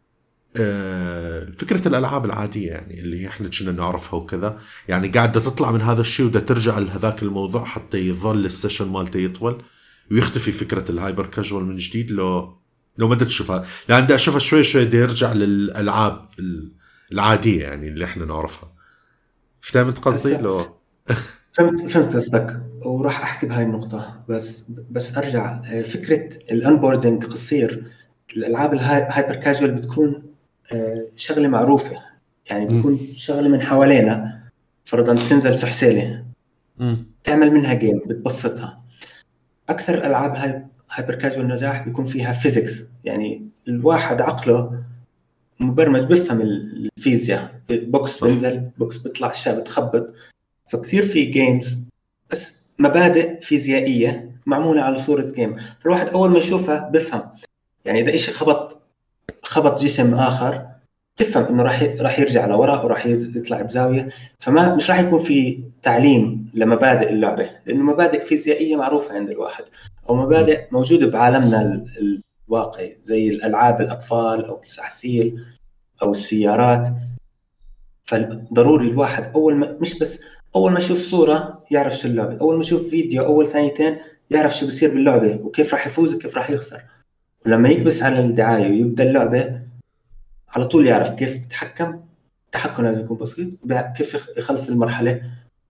فكرة الألعاب العادية يعني اللي احنا كنا نعرفها وكذا، يعني قاعدة تطلع من هذا الشيء وده ترجع لهذاك الموضوع حتى يظل السيشن مالته يطول ويختفي فكرة الهايبر كاجوال من جديد؟ لو ما تشوفها، لأن بدي أشوفها شوي ده يرجع للألعاب العادية يعني اللي احنا نعرفها. فهمت قصدي؟ لو فهمت قصدك، وراح احكي بهاي النقطة. بس ارجع، فكرة الانبوردنج قصير. الالعاب الهايبر كاجوال بتكون شغلة معروفة، يعني بتكون شغلة من حوالينا. فرضا تنزل سحسيلة تعمل منها جيم بتبسطها. اكثر الالعاب هايبر كاجوال نجاح بيكون فيها فيزيكس، يعني الواحد عقله مبرمج بفهم الفيزياء، بوكس بنزل بوكس بيطلع، اشياء بتخبط. فكثير في جيمز بس مبادئ فيزيائية معمولة على صورة جيم، فالواحد أول ما يشوفها بفهم. يعني إذا إشي خبط جسم آخر، تفهم إنه راح يرجع لوراء وراح يطلع بزاوية. فما مش راح يكون في تعليم لمبادئ اللعبة، لأنه مبادئ فيزيائية معروفة عند الواحد، أو مبادئ موجودة بعالمنا الواقعي زي الألعاب الأطفال أو السحسيل أو السيارات. فضروري الواحد أول ما يشوف صورة يعرف شو اللعبة، أول ما يشوف فيديو أول ثانيتين يعرف شو بصير باللعبة وكيف راح يفوز وكيف راح يخسر. ولما يكبس على الدعاية ويبدأ اللعبة على طول يعرف كيف يتحكم. التحكم لازم يكون بسيط، كيف يخلص المرحلة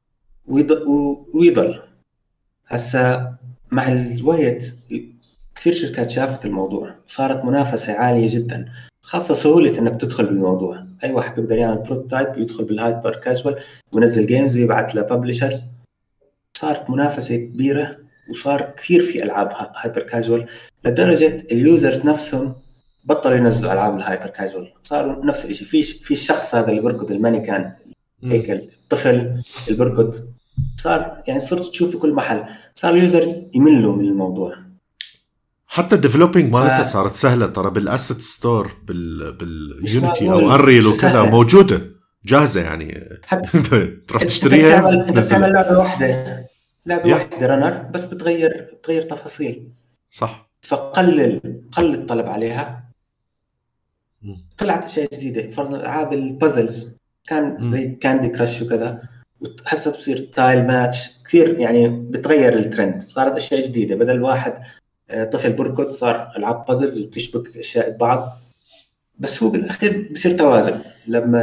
ويضل. هسا مع الوقت كثير شركات شافت الموضوع، صارت منافسة عالية جدا، خاصة سهولة انك تدخل بالموضوع. اي واحد بيقدر يعمل بروتوتايب، يدخل بالهايبر كاجوال وينزل جيمز ويبعث لببلشرز. صارت منافسة كبيرة، وصار كثير في العاب هايبر كاجوال، لدرجة اليوزرز نفسهم بطلوا ينزلوا العاب الهايبر كاجوال. صاروا نفس الشيء، في الشخص هذا اللي بيركض المانيكان، هيك الطفل اللي بيركض، صار يعني صرت تشوف في كل محل. صار اليوزرز يملوا من الموضوع. حتى الديفلوبينج مالتها صارت سهله ترى، بالاسيت ستور باليونيتي او انريل وكذا موجوده جاهزه يعني. تروح تشتريها. انت بتعمل لعبه واحده رنر بس، بتغير تفاصيل. صح. فقل الطلب عليها، طلعت اشياء جديده. فرضا العاب البازلز كان زي كاندي كراش وكذا، وهسه بصير تايل ماتش كثير، يعني بتغير الترند. صارت اشياء جديده، بدل واحد طفل بركض صار العاب بازلز وتشبك اشياء ببعض. بس هو بالاخير بصير توازن.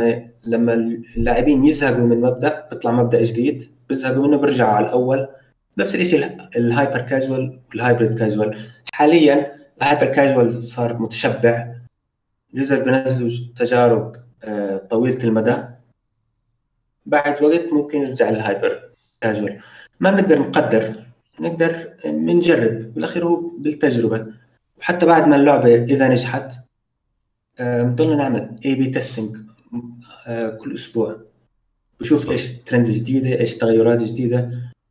لما اللاعبين يزهقوا من مبدا بيطلع مبدا جديد، بيزهقوا منه برجعوا على الاول. نفس الشيء الهايبر كاجوال والهايبريد كاجوال. حاليا الهايبر كاجوال صار متشبع، اليوزر بينزلوا تجارب طويلة المدى، بعد وقت ممكن يرجع للهايبر كاجوال. ما بنقدر نقدر، نقدر نجرب، بالاخير هو بالتجربة. وحتى بعد ما اللعبة اذا نجحت بنضل نعمل اي بي تيستينج كل اسبوع، بشوف ايش ترندز جديدة، ايش تغيرات جديدة.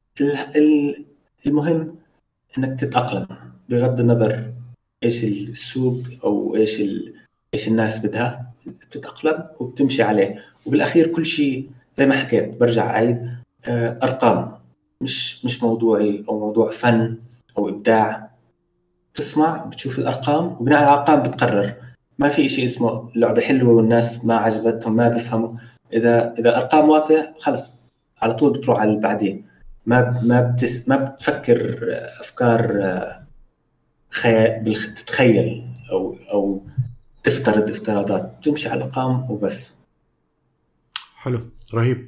المهم انك تتأقلم بغض النظر ايش السوق او ايش الناس بدها، بتتأقلم وبتمشي عليه. وبالاخير كل شيء زي ما حكيت، برجع اعيد، ارقام، مش موضوعي او موضوع فن او ابداع. تسمع بتشوف الارقام وبناء على الارقام بتقرر. ما في شيء اسمه لعبة حلوة والناس ما عجبتهم ما بيفهموا، اذا ارقام واطية خلص على طول بتروح على اللي بعدين. ما بتفكر افكار تتخيل او تفترض افتراضات، تمشي على الارقام وبس. حلو، رهيب.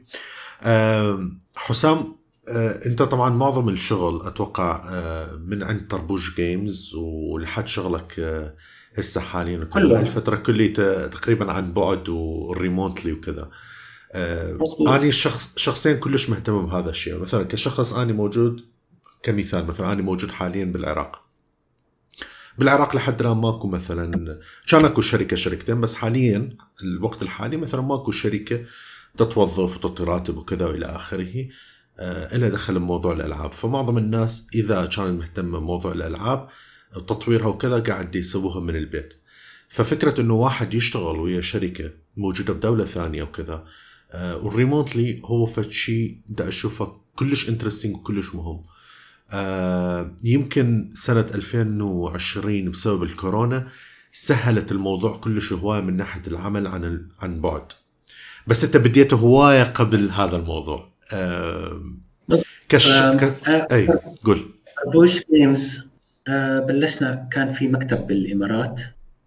حسام، انت طبعا معظم الشغل اتوقع من عند طربوش جيمز، ولحد شغلك هسه حاليا كله الفتره كلها تقريبا عن بعد والريموتلي وكذا. أنا شخصيا كلش مهتم بهذا الشيء. مثلا كشخص أنا موجود، كمثال مثلا أنا موجود حاليا بالعراق لحد الآن ماكو، مثلا كان اكو شركتين بس حاليا الوقت الحالي مثلا ماكو شركة تتوظف وتعطي راتب وكذا والى اخره إلا دخل بموضوع الألعاب. فمعظم الناس إذا كان مهتم بموضوع الألعاب تطويرها وكذا قاعد يسووها من البيت. ففكرة إنه واحد يشتغل ويا شركة موجودة بدولة ثانية وكذا والريموتلي هو فشي دا أشوفه كلش انترستينج وكلش مهم. يمكن سنة 2020 بسبب الكورونا سهلت الموضوع كلش هواية من ناحية العمل عن بعد، بس انت بديت هواية قبل هذا الموضوع. اي قول. بوش جيمز بلشنا كان في مكتب بالإمارات،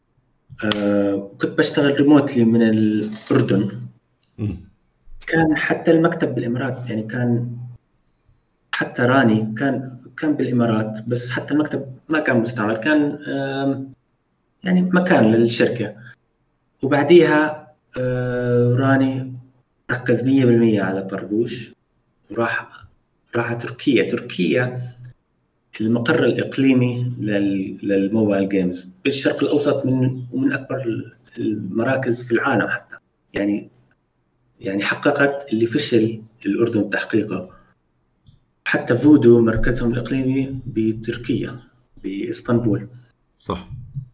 كنت بشتغل ريموتلي من الأردن. كان حتى المكتب بالإمارات، يعني كان حتى راني كان بالإمارات، بس حتى المكتب ما كان مستعمل، كان يعني مكان للشركة. وبعديها راني ركز 100% على طربوش راح تركيا المقر الإقليمي للموبايل جيمز بالشرق الأوسط، ومن أكبر المراكز في العالم حتى. يعني حققت اللي فشل الأردن تحقيقه. حتى فودو مركزهم الإقليمي بتركيا بإسطنبول. صح.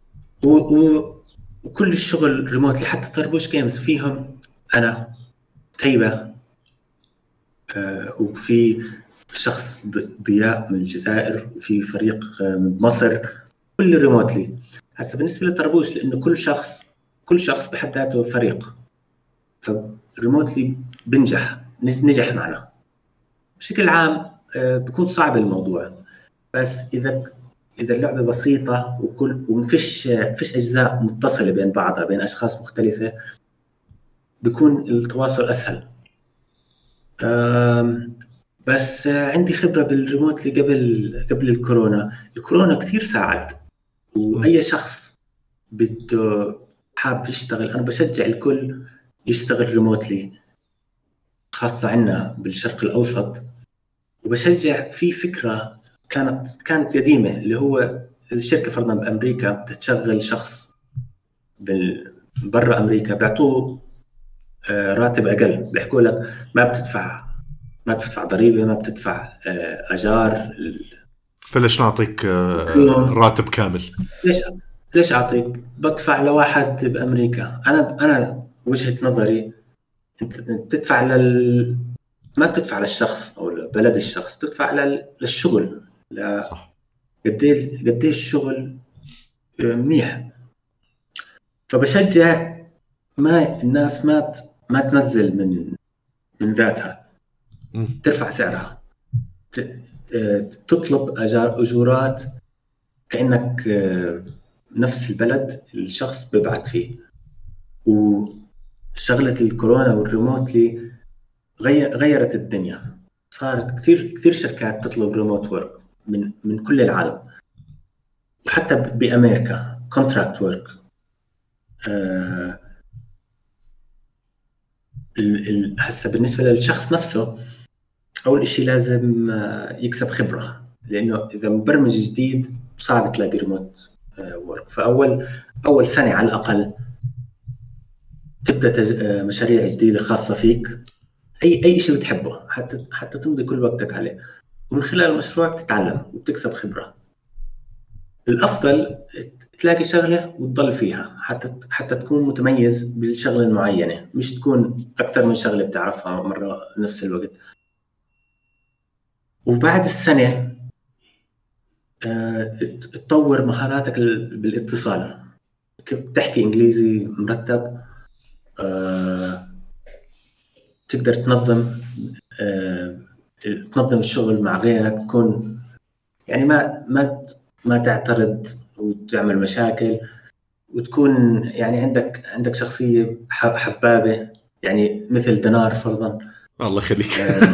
وكل الشغل ريموتلي، حتى طربوش جيمز فيهم أنا تيبة، وفي شخص ضياء من الجزائر، وفي فريق من مصر، كل ريموتلي. هسه بالنسبة لطربوش، لأنه كل شخص بحد ذاته فريق، فالريموتلي نجح معنا. بشكل عام بيكون صعب الموضوع، بس إذا اللعبة بسيطة ومفيش أجزاء متصلة بين بعضها بين أشخاص مختلفة، بيكون التواصل أسهل. بس عندي خبرة بالريموتلي قبل الكورونا كتير ساعد. وأي شخص بده حاب يشتغل، أنا بشجع الكل يشتغل ريموتلي، خاصة عنا بالشرق الأوسط. وبشجع في فكرة كانت قديمة، اللي هو الشركة فرضا بأمريكا بتشغل شخص برا أمريكا، بيعطوه راتب أقل، بيحكوا لك ما بتدفع ضريبة، ما بتدفع أجار. فليش نعطيك راتب كامل؟ ليش أعطيك؟ بدفع لواحد بأمريكا. أنا وجهة نظري أنت تدفع ما بتدفع للشخص أو لبلد الشخص، تدفع للشغل. صح. قديش الشغل منيح. فبشجع الناس ما تنزل من ذاتها، ترفع سعرها، تطلب أجورات كأنك نفس البلد الشخص ببعث فيه. وشغلة الكورونا والريموتلي غيرت الدنيا، صارت كثير شركات تطلب ريموت ورك من كل العالم، وحتى بأمريكا كونتراكت ورك. هسه بالنسبة للشخص نفسه، أول إشي لازم يكسب خبرة، لأنه إذا مبرمج جديد صعب تلاقي ريموت ورك. فأول سنة على الأقل تبدأ مشاريع جديدة خاصة فيك، أي شيء بتحبه، حتى تمضي كل وقتك عليه، ومن خلال المشروع تتعلم وتكسب خبرة. الأفضل تلاقي شغلة وتضل فيها حتى تكون متميز بالشغلة المعينة، مش تكون أكثر من شغلة بتعرفها مرة نفس الوقت. وبعد السنة تطور مهاراتك بالاتصال، كيف تحكي إنجليزي مرتب، تقدر تنظم الشغل مع غيرك، تكون يعني ما تعترض وتعمل مشاكل، وتكون يعني عندك شخصية حبابة، يعني مثل دينار فرضا. الله يخليك.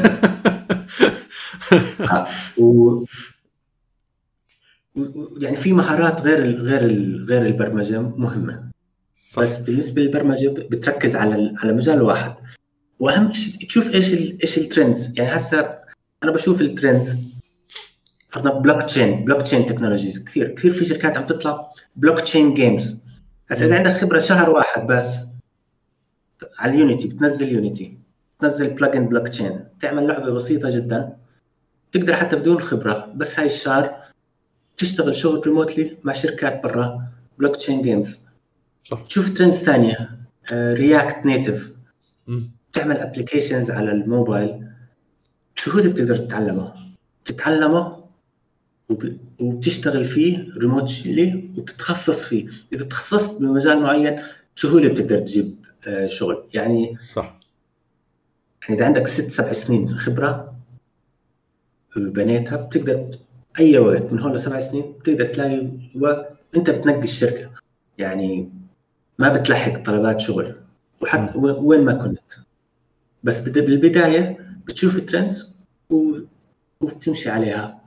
يعني في مهارات غير البرمجة مهمة. صح. بس بالنسبة للبرمجة بتركز على مجال واحد، واهم شيء تشوف ايش الترندز. يعني هسه انا بشوف الترندز فرضا بلوك تشين تكنولوجيز، كثير في شركات عم تطلع بلوك تشين جيمز. هسه اذا عندك خبرة شهر واحد بس على اليونيتي، بتنزل يونيتي، تنزل بلجن بلوك تشين، تعمل لعبة بسيطة جدا، تقدر حتى بدون خبرة بس هاي الشهر تشتغل شغل ريموتلي مع شركات برا بلوك تشين جيمز. تشوف ترندز ثانية، رياكت نيتيف، تعمل ابليكيشنز على الموبايل بسهولة، بتقدر تتعلمه وبتشتغل فيه ريموتلي وبتتخصص فيه. إذا تخصصت بمجال معين بسهولة بتقدر تجيب شغل. يعني صح، يعني إذا عندك 6-7 سنين خبرة بنيتها، بتقدر أي وقت من هون ل7 سنين بتقدر تلاقي وقت أنت بتنقي الشركة، يعني ما بتلحق طلبات شغل وحتى وين ما كنت. بس بالبداية بتشوف الترندز وبتمشي عليها.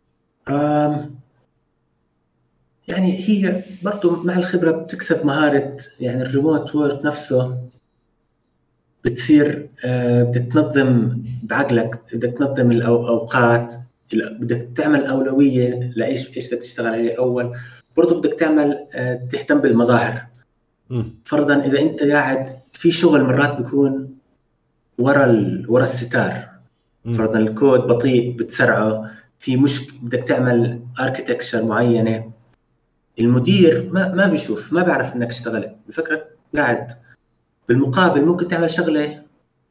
يعني هي برضو مع الخبرة بتكسب مهارة، يعني الريموت وورك نفسه بتصير بدك تنظم بعقلك، بدك تنظم الأوقات، بدك تعمل أولوية لإيش بدك تشتغل عليه أول. برضو بدك تعمل تهتم بالمظاهر. فرضا إذا أنت قاعد في شغل مرات بيكون ورا الستار، فرضا الكود بطيء بتسرعه، في بدك تعمل اركيتكتشر معينة، المدير ما بيشوف، ما بيعرف انك اشتغلت، بفكرك قاعد. بالمقابل ممكن تعمل شغلة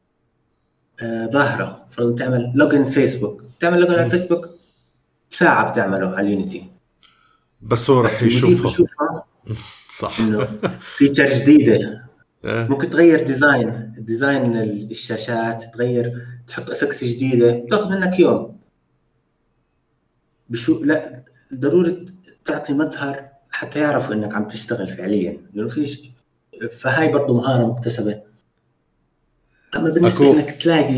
ظاهرة، فرضا تعمل لوجن فيسبوك، على الفيسبوك ساعة بتعمله على اليونيتي، بس هو رح يشوفها. صح. انه فيتشر جديدة، ممكن تغير ديزاين الشاشات، تحط افكس جديدة، بتاخذ منك يوم. لا ضروري تعطي مظهر حتى يعرفوا انك عم تشتغل فعليا، لانه فهاي برضو مهارة مكتسبة. اما بالنسبة انك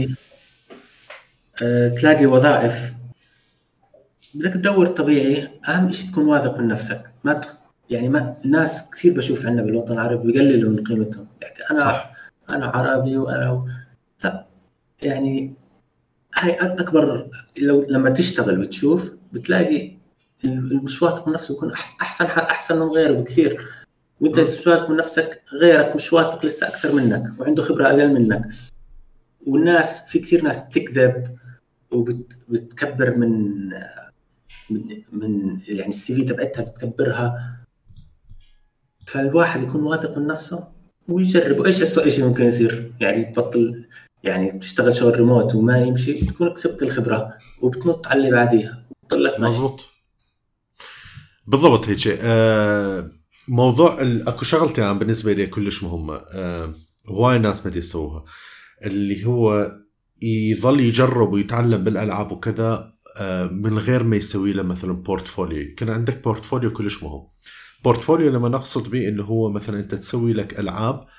تلاقي وظائف، بدك تدور طبيعي. اهم شيء تكون واثق من نفسك. ما الناس كثير بشوف عندنا بالوطن العربي بيقللوا من قيمتهم، يحكي انا عربي لا، يعني هاي اكبر. لما تشتغل بتشوف بتلاقي مش واثق من نفسه يكون احسن من غيره بكثير. وانت مش واثق من نفسك، غيرك مش واثق لسه اكثر منك وعنده خبرة اقل منك. والناس في كثير ناس بتكذب وبتكبر من يعني السي في تبعتها بتكبرها. فالواحد يكون واثق من نفسه ويجرب. ايش اسوء شيء ممكن يصير؟ يعني تبطل، يعني بتشتغل شغل ريموت وما يمشي، بتكون كسبت الخبرة وبتنط على اللي بعديها وبتضلك ماشي. مزبوط، بالضبط هيك. موضوع اكو شغلتين عم بالنسبة لي كلش مهمة، هواي ناس ما يسووها، اللي هو يظل يجرب ويتعلم بالألعاب وكذا من غير ما يسوي له مثلا بورتفوليو. كان عندك بورتفوليو كلش مهم. بورتفوليو لما نقصد به انه هو مثلا انت تسوي لك ألعاب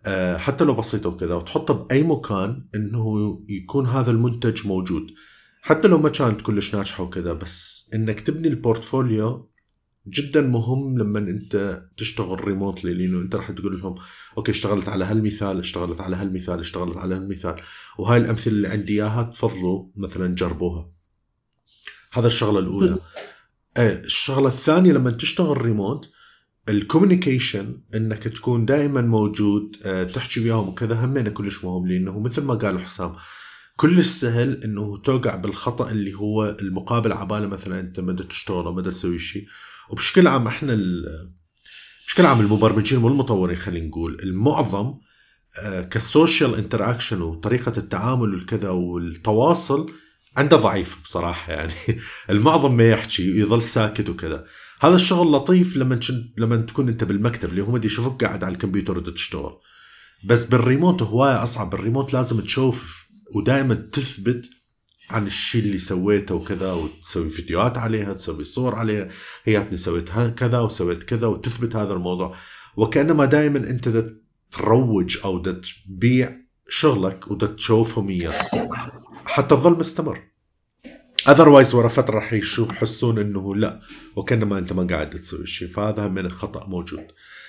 حتى لو بسيطة وكذا، وتحطه بأي مكان إنه يكون هذا المنتج موجود، حتى لو ما كانت كلش ناجحة وكذا. بس إنك تبني البورتفوليو جدا مهم لما أنت تشتغل ريموتلي، لأنه أنت راح تقول لهم أوكي اشتغلت على هالمثال، اشتغلت على هالمثال، اشتغلت على هالمثال، وهاي الأمثلة اللي عندي إياها تفضلوا مثلا جربوها. هذا الشغلة الأولى. الشغلة الثانية لما تشتغل ريموت، الكوميونيكيشن انك تكون دائما موجود، تحكي وياهم وكذا، همين كلش مهم. لانه مثل ما قال حسام، كل سهل انه توقع بالخطأ اللي هو المقابل عباله مثلا انت ما تشتغل او ما تسوي شيء. وبشكل عام احنا بشكل عام المبرمجين والمطورين خلينا نقول المعظم كالسوشيال انتراكشن وطريقة التعامل والكذا والتواصل عنده ضعيف بصراحة. يعني المعظم ما يحكي، يظل ساكت وكذا. هذا الشغل لطيف لما تكون انت بالمكتب اللي هم دي يشوفك قاعد على الكمبيوتر وتشتغل. بس بالريموت هواية أصعب. بالريموت لازم تشوف ودائما تثبت عن الشيء اللي سويته وكذا، وتسوي فيديوهات عليها، تسوي صور عليها، هياتني سويت كذا وسويت كذا، وتثبت هذا الموضوع. وكأنما دائما انت تروج او تبيع شغلك وتشوفهم اياه حتى تظل مستمر. otherwise ورا فترة راح يحسون انه لا، وكأنما انت ما قاعد تسوي شيء. فهذا من الخطأ موجود.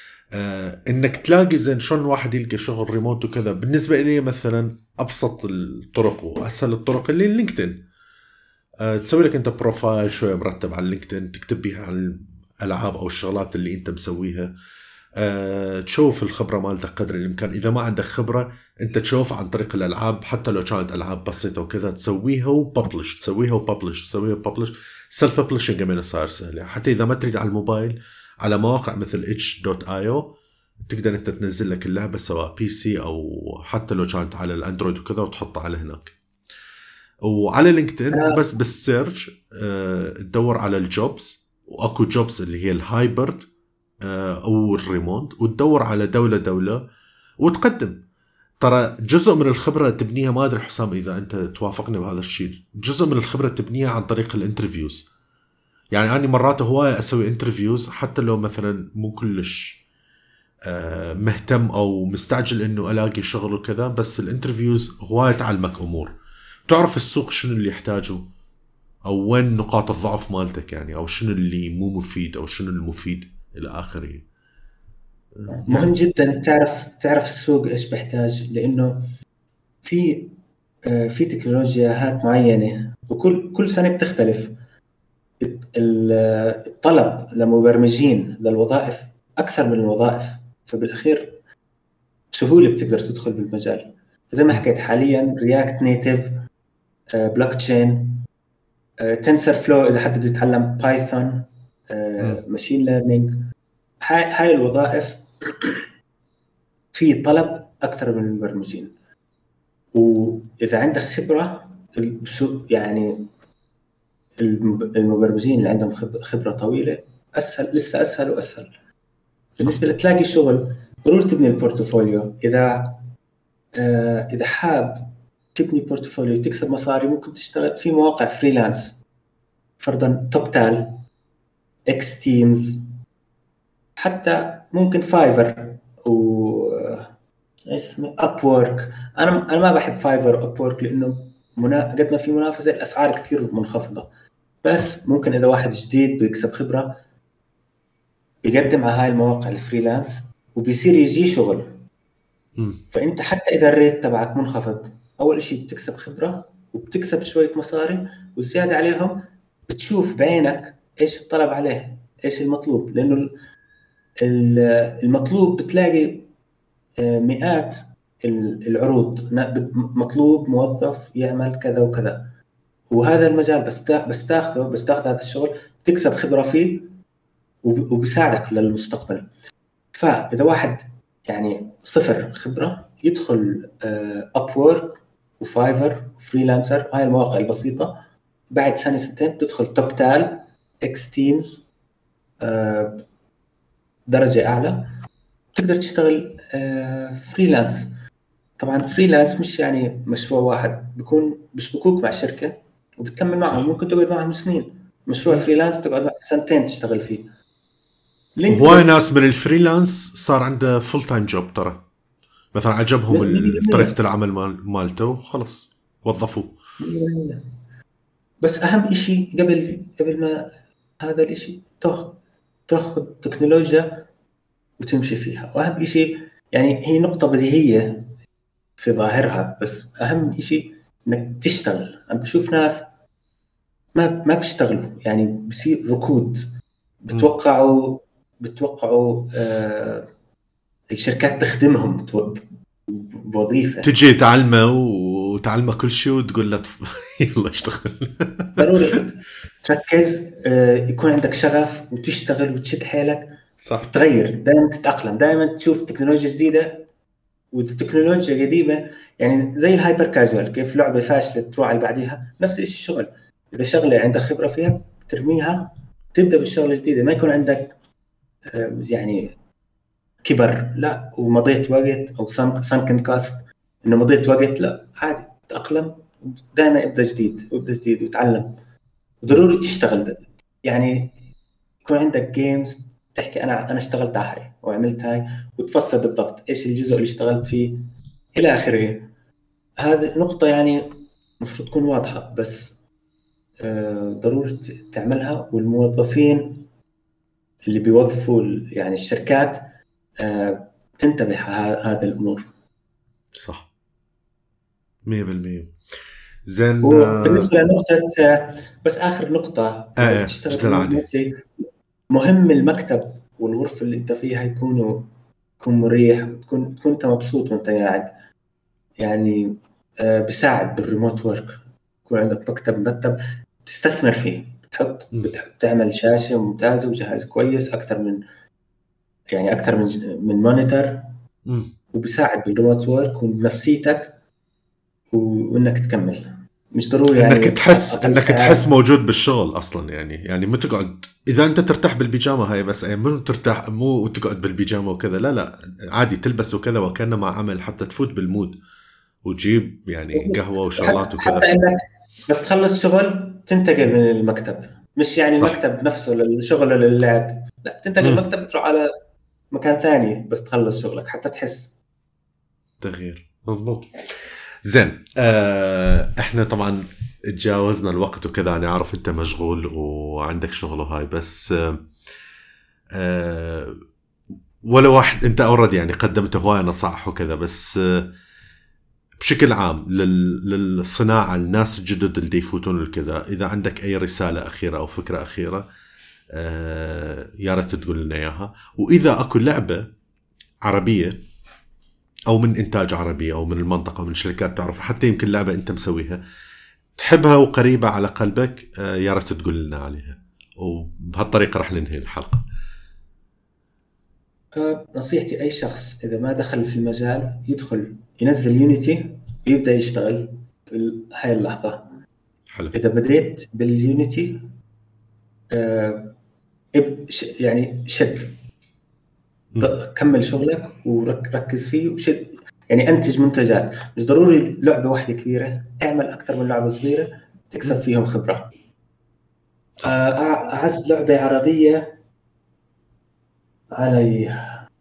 انك تلاقي زين شلون الواحد يلقى شغل ريموت وكذا. بالنسبة لي مثلا ابسط الطرق واسهل الطرق اللي اللينكدين. تسوي لك انت بروفايل شوية مرتب على اللينكدين، تكتب بيها عن الالعاب او الشغلات اللي انت مسويها. تشوف الخبرة مالتك قدر الامكان. اذا ما عندك خبرة انت تشوف عن طريق الالعاب، حتى لو كانت العاب بسيطة وكذا، تسويها وببلش، تسويها وببلش. سيلف ببلشنج كمان صار سهل. حتى اذا ما تريد على الموبايل، على مواقع مثل itch.io تقدر انت تنزل لك اللعبة سواء بي سي او حتى لو كانت على الاندرويد وكذا، وتحطها على هناك. وعلى لينكدين بس بالسيرش تدور على الجوبز، واكو جوبز اللي هي الهايبرد او الريموت، وتدور على دولة وتقدم. ترى جزء من الخبرة تبنيها، ما أدري حسام إذا أنت توافقني بهذا الشيء، جزء من الخبرة تبنيها عن طريق الانترفيوز. يعني أنا مرات هواية أسوي انترفيوز حتى لو مثلا مو كلش مهتم أو مستعجل إنه ألاقي شغل وكذا، بس الانترفيوز هواية تعلمك أمور، تعرف السوق شنو اللي يحتاجه، أو وين نقاط الضعف مالتك يعني، أو شنو اللي مو مفيد أو شنو المفيد إلى آخره. مهم جدا تعرف السوق ايش بيحتاج، لانه في تكنولوجيات معينه وكل سنه بتختلف. الطلب لمبرمجين للوظائف اكثر من الوظائف، فبالاخير بسهوله بتقدر تدخل بالمجال. زي ما حكيت حاليا رياكت نيتيف، بلوك تشين، تنسر فلو، اذا حد بده يتعلم بايثون، ماشين ليرنينج، هاي الوظائف في طلب أكثر من المبرمجين. وإذا عندك خبرة يعني المبرمجين اللي عندهم خبرة طويلة لسه أسهل وأسهل. بالنسبة لتلاقي شغل ضروري تبني البورتفوليو. إذا حاب تبني بورتفوليو تكسب مصاري، ممكن تشتغل في مواقع فريلانس، فرضاً توبتال، اكس تيمز، حتى ممكن فايفر اسمه أبورك. أنا ما بحب فايفر وأبورك لأنه قد ما في منافسة الأسعار كثير منخفضة. بس ممكن إذا واحد جديد بيكسب خبرة يقدم على هاي المواقع الفريلانس وبيصير يجي شغل. فأنت حتى إذا الريت تبعك منخفض، أول شيء بتكسب خبرة وبتكسب شوية مصاري، والزيادة عليهم بتشوف بعينك إيش الطلب عليه، إيش المطلوب. لأنه المطلوب بتلاقي مئات العروض، مطلوب موظف يعمل كذا وكذا، وهذا المجال بس تاخذ هذا الشغل تكسب خبرة فيه وبيساعدك للمستقبل. فإذا واحد يعني صفر خبرة يدخل أبورك وفايفر وفريلانسر، هاي المواقع البسيطة، بعد سنة سنتين تدخل توبتال، اكس تيمز، درجة أعلى، تقدر تشتغل فريلانس. طبعا فريلانس مش يعني مشروع واحد، بيشبكوك مع شركة وبتكمل معهم، ممكن تقعد معهم سنين. مشروع فريلانس بتقعد معهم سنتين تشتغل فيه. هواي ناس من الفريلانس صار عنده فول تايم جوب ترى، مثلا عجبهم طريقة العمل مالته وخلص وظفوه. بس أهم إشي قبل ما هذا الإشي تأخذ تكنولوجيا وتمشي فيها. وأهم إشي يعني هي نقطة بديهية في ظاهرها، بس أهم إشي إنك تشتغل. أنا بشوف ناس ما بيشتغلوا، يعني بصير ركود. بتوقعوا الشركات تخدمهم بوظيفة، تجي تعلمه كل شيء وتقول له يلا اشتغل. ضروري تركز، يكون عندك شغف وتشتغل وتشد حيلك. صح. تغير دائما، تتأقلم دائما، تشوف تكنولوجيا جديدة والتكنولوجيا قديمة. يعني زي الهايبر كاجوال، كيف لعبة فاشلة تروح على بعديها، نفس الشيء الشغل. إذا شغلة عندك خبرة فيها ترميها، تبدأ بالشغلة الجديدة. ما يكون عندك يعني كبر لا ومضيت وقت، أو سانكن كاست إنه مضيت وقت. لا، عادي تأقلم، دائما ابدأ جديد وتعلم. وضروري تشتغل، يعني يكون عندك جيمز تحكي أنا اشتغلت على هاي وعملت هاي، وتفصل بالضبط إيش الجزء اللي اشتغلت فيه إلى آخره. هذه نقطة يعني المفروض تكون واضحة، بس ضروري تعملها. والموظفين اللي بيوظفوا يعني الشركات تنتبه هذه الأمور. صح 100%. زين. وبالنسبة لنقطة بس آخر نقطة، إذا بتشتغل مهم المكتب والغرفة اللي أنت فيها يكون مريح، وتكون أنت مبسوط وأنت قاعد. يعني بيساعد بالريموت ورك. يكون عندك مكتب مرتب تستثمر فيه، تعمل شاشة ممتازة وجهاز كويس، أكثر من مونيتور. وبيساعد بالريموت ورك ونفسيتك وإنك تكمل. مش ضروري يعني انك تحس موجود بالشغل اصلا. يعني مو تقعد، اذا انت ترتاح بالبيجامه هاي بس، يعني مو ترتاح، مو تقعد بالبيجامه وكذا. لا عادي تلبس وكذا وكانما عمل، حتى تفوت بالمود وتجيب يعني قهوه وشغلات وكذا. حتى انك بس تخلص شغل تنتقل من المكتب، مش يعني صح. المكتب نفسه للشغل ولا للعب، لا تنتقل من المكتب تروح على مكان ثاني بس تخلص شغلك حتى تحس تغيير. مضبوط. زين. احنا طبعا تجاوزنا الوقت وكذا. انا عارف انت مشغول وعندك شغل وهاي، بس ولا واحد انت اوريدي يعني قدمت هواية نصائح وكذا، بس بشكل عام للصناعة، الناس الجدد اللي يفوتون الكذا، اذا عندك اي رسالة اخيرة او فكرة اخيرة يا ريت تقول لنا اياها. واذا اكو لعبة عربية او من انتاج عربي او من المنطقة او من شركات تعرف، حتى يمكن لعبة انت مسويها تحبها وقريبة على قلبك، يا ريت تقول لنا عليها. وبهالطريقة راح ننهي الحلقة. نصيحتي أي شخص إذا ما دخل في المجال يدخل ينزل يونيتي ويبدأ يشتغل في هاي اللحظة. حلو. إذا بديت باليونيتي يعني شد، كمل شغلك وركز فيه وشد، يعني أنتج منتجات. مش ضروري لعبة واحدة كبيرة، اعمل أكثر من لعبة صغيرة تكسب فيهم خبرة. أعز لعبة عربية علي،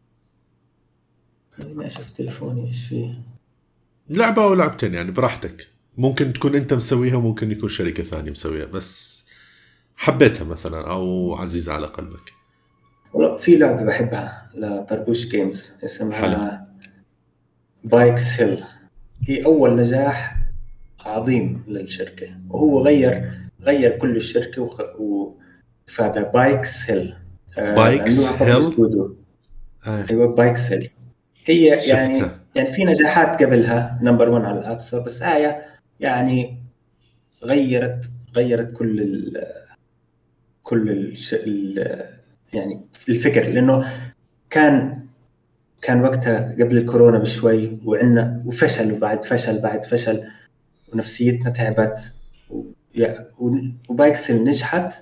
خليني أشوف تلفوني إيش فيه. لعبة أو لعبتين يعني براحتك، ممكن تكون أنت مسويها، ممكن يكون شركة ثانية مسويها بس حبيتها مثلا أو عزيزة على قلبك. والله في لعبة بحبها لطربوش جيمز اسمها بايكس هيل. هي أول نجاح عظيم للشركة، وهو غير كل الشركة وفادها. بايكس هيل. بايكس هيل. أيوة بايكس هيل. هي يعني في نجاحات قبلها نمبر 1 على الاب ستور، بس يعني غيرت كل يعني الفكر، لانه كان وقتها قبل الكورونا بشوي وفشل وبعد فشل ونفسيتنا تعبت وبايكسل نجحت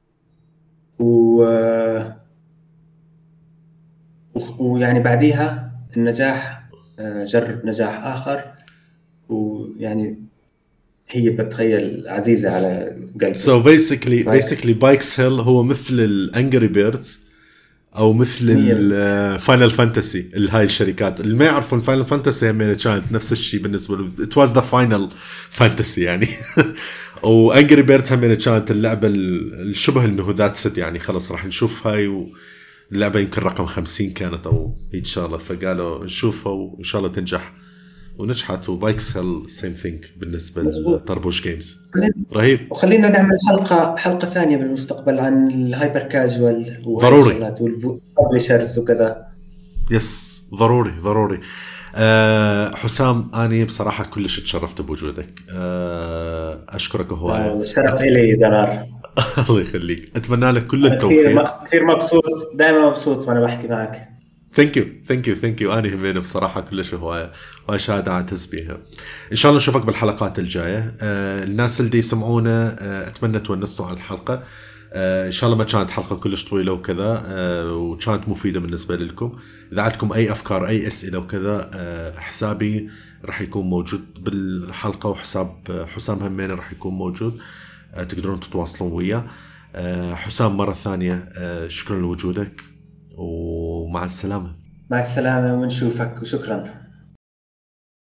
ويعني بعديها النجاح جرب نجاح آخر، ويعني هي بتخيل عزيزة على قلبي. So basically Bikes Hill هو مثل الانجري بيردز او مثل الفاينل فانتسي. هاي الشركات اللي ما يعرفون فاينل فانتسي هم كانت نفس الشيء بالنسبه له، it was the final fantasy يعني. وانجري بيردز هم كانت اللعبه الشبه انه ذات ست يعني خلص راح نشوف هاي، واللعبه يمكن رقم 50 كانت او ان شاء الله، فقالوا نشوفها وان شاء الله تنجح، ونجحت. وبايكسل سيم ثينج بالنسبه لطربوش جيمز. رهيب. وخلينا نعمل حلقه ثانيه بالمستقبل عن الهايبر كاجوال ضروري والببلشرز وكذا. يس ضروري. حسام أنا بصراحة كلش تشرفت بوجودك. أشكرك هواية. الشرف إلي درار. الله يخليك، أتمنى لك كل التوفيق. كثير مبسوط، دائما مبسوط وأنا بحكي معك. ثانك يو أنا همين بصراحة كلش هواية، وأشهد أعتز بيها. إن شاء الله نشوفك بالحلقات الجاية. الناس اللي يسمعونا أتمنى تونسوا على الحلقة. إن شاء الله ما كانت حلقة كلش طويلة وكذا، وكانت مفيدة بالنسبة لكم. إذا عندكم أي أفكار أي أسئلة وكذا، حسابي رح يكون موجود بالحلقة، وحساب حسام همين رح يكون موجود، تقدرون تتواصلون وياه. حسام مرة ثانية شكرا لوجودك، ومع السلامة. مع السلامة ونشوفك، وشكرا.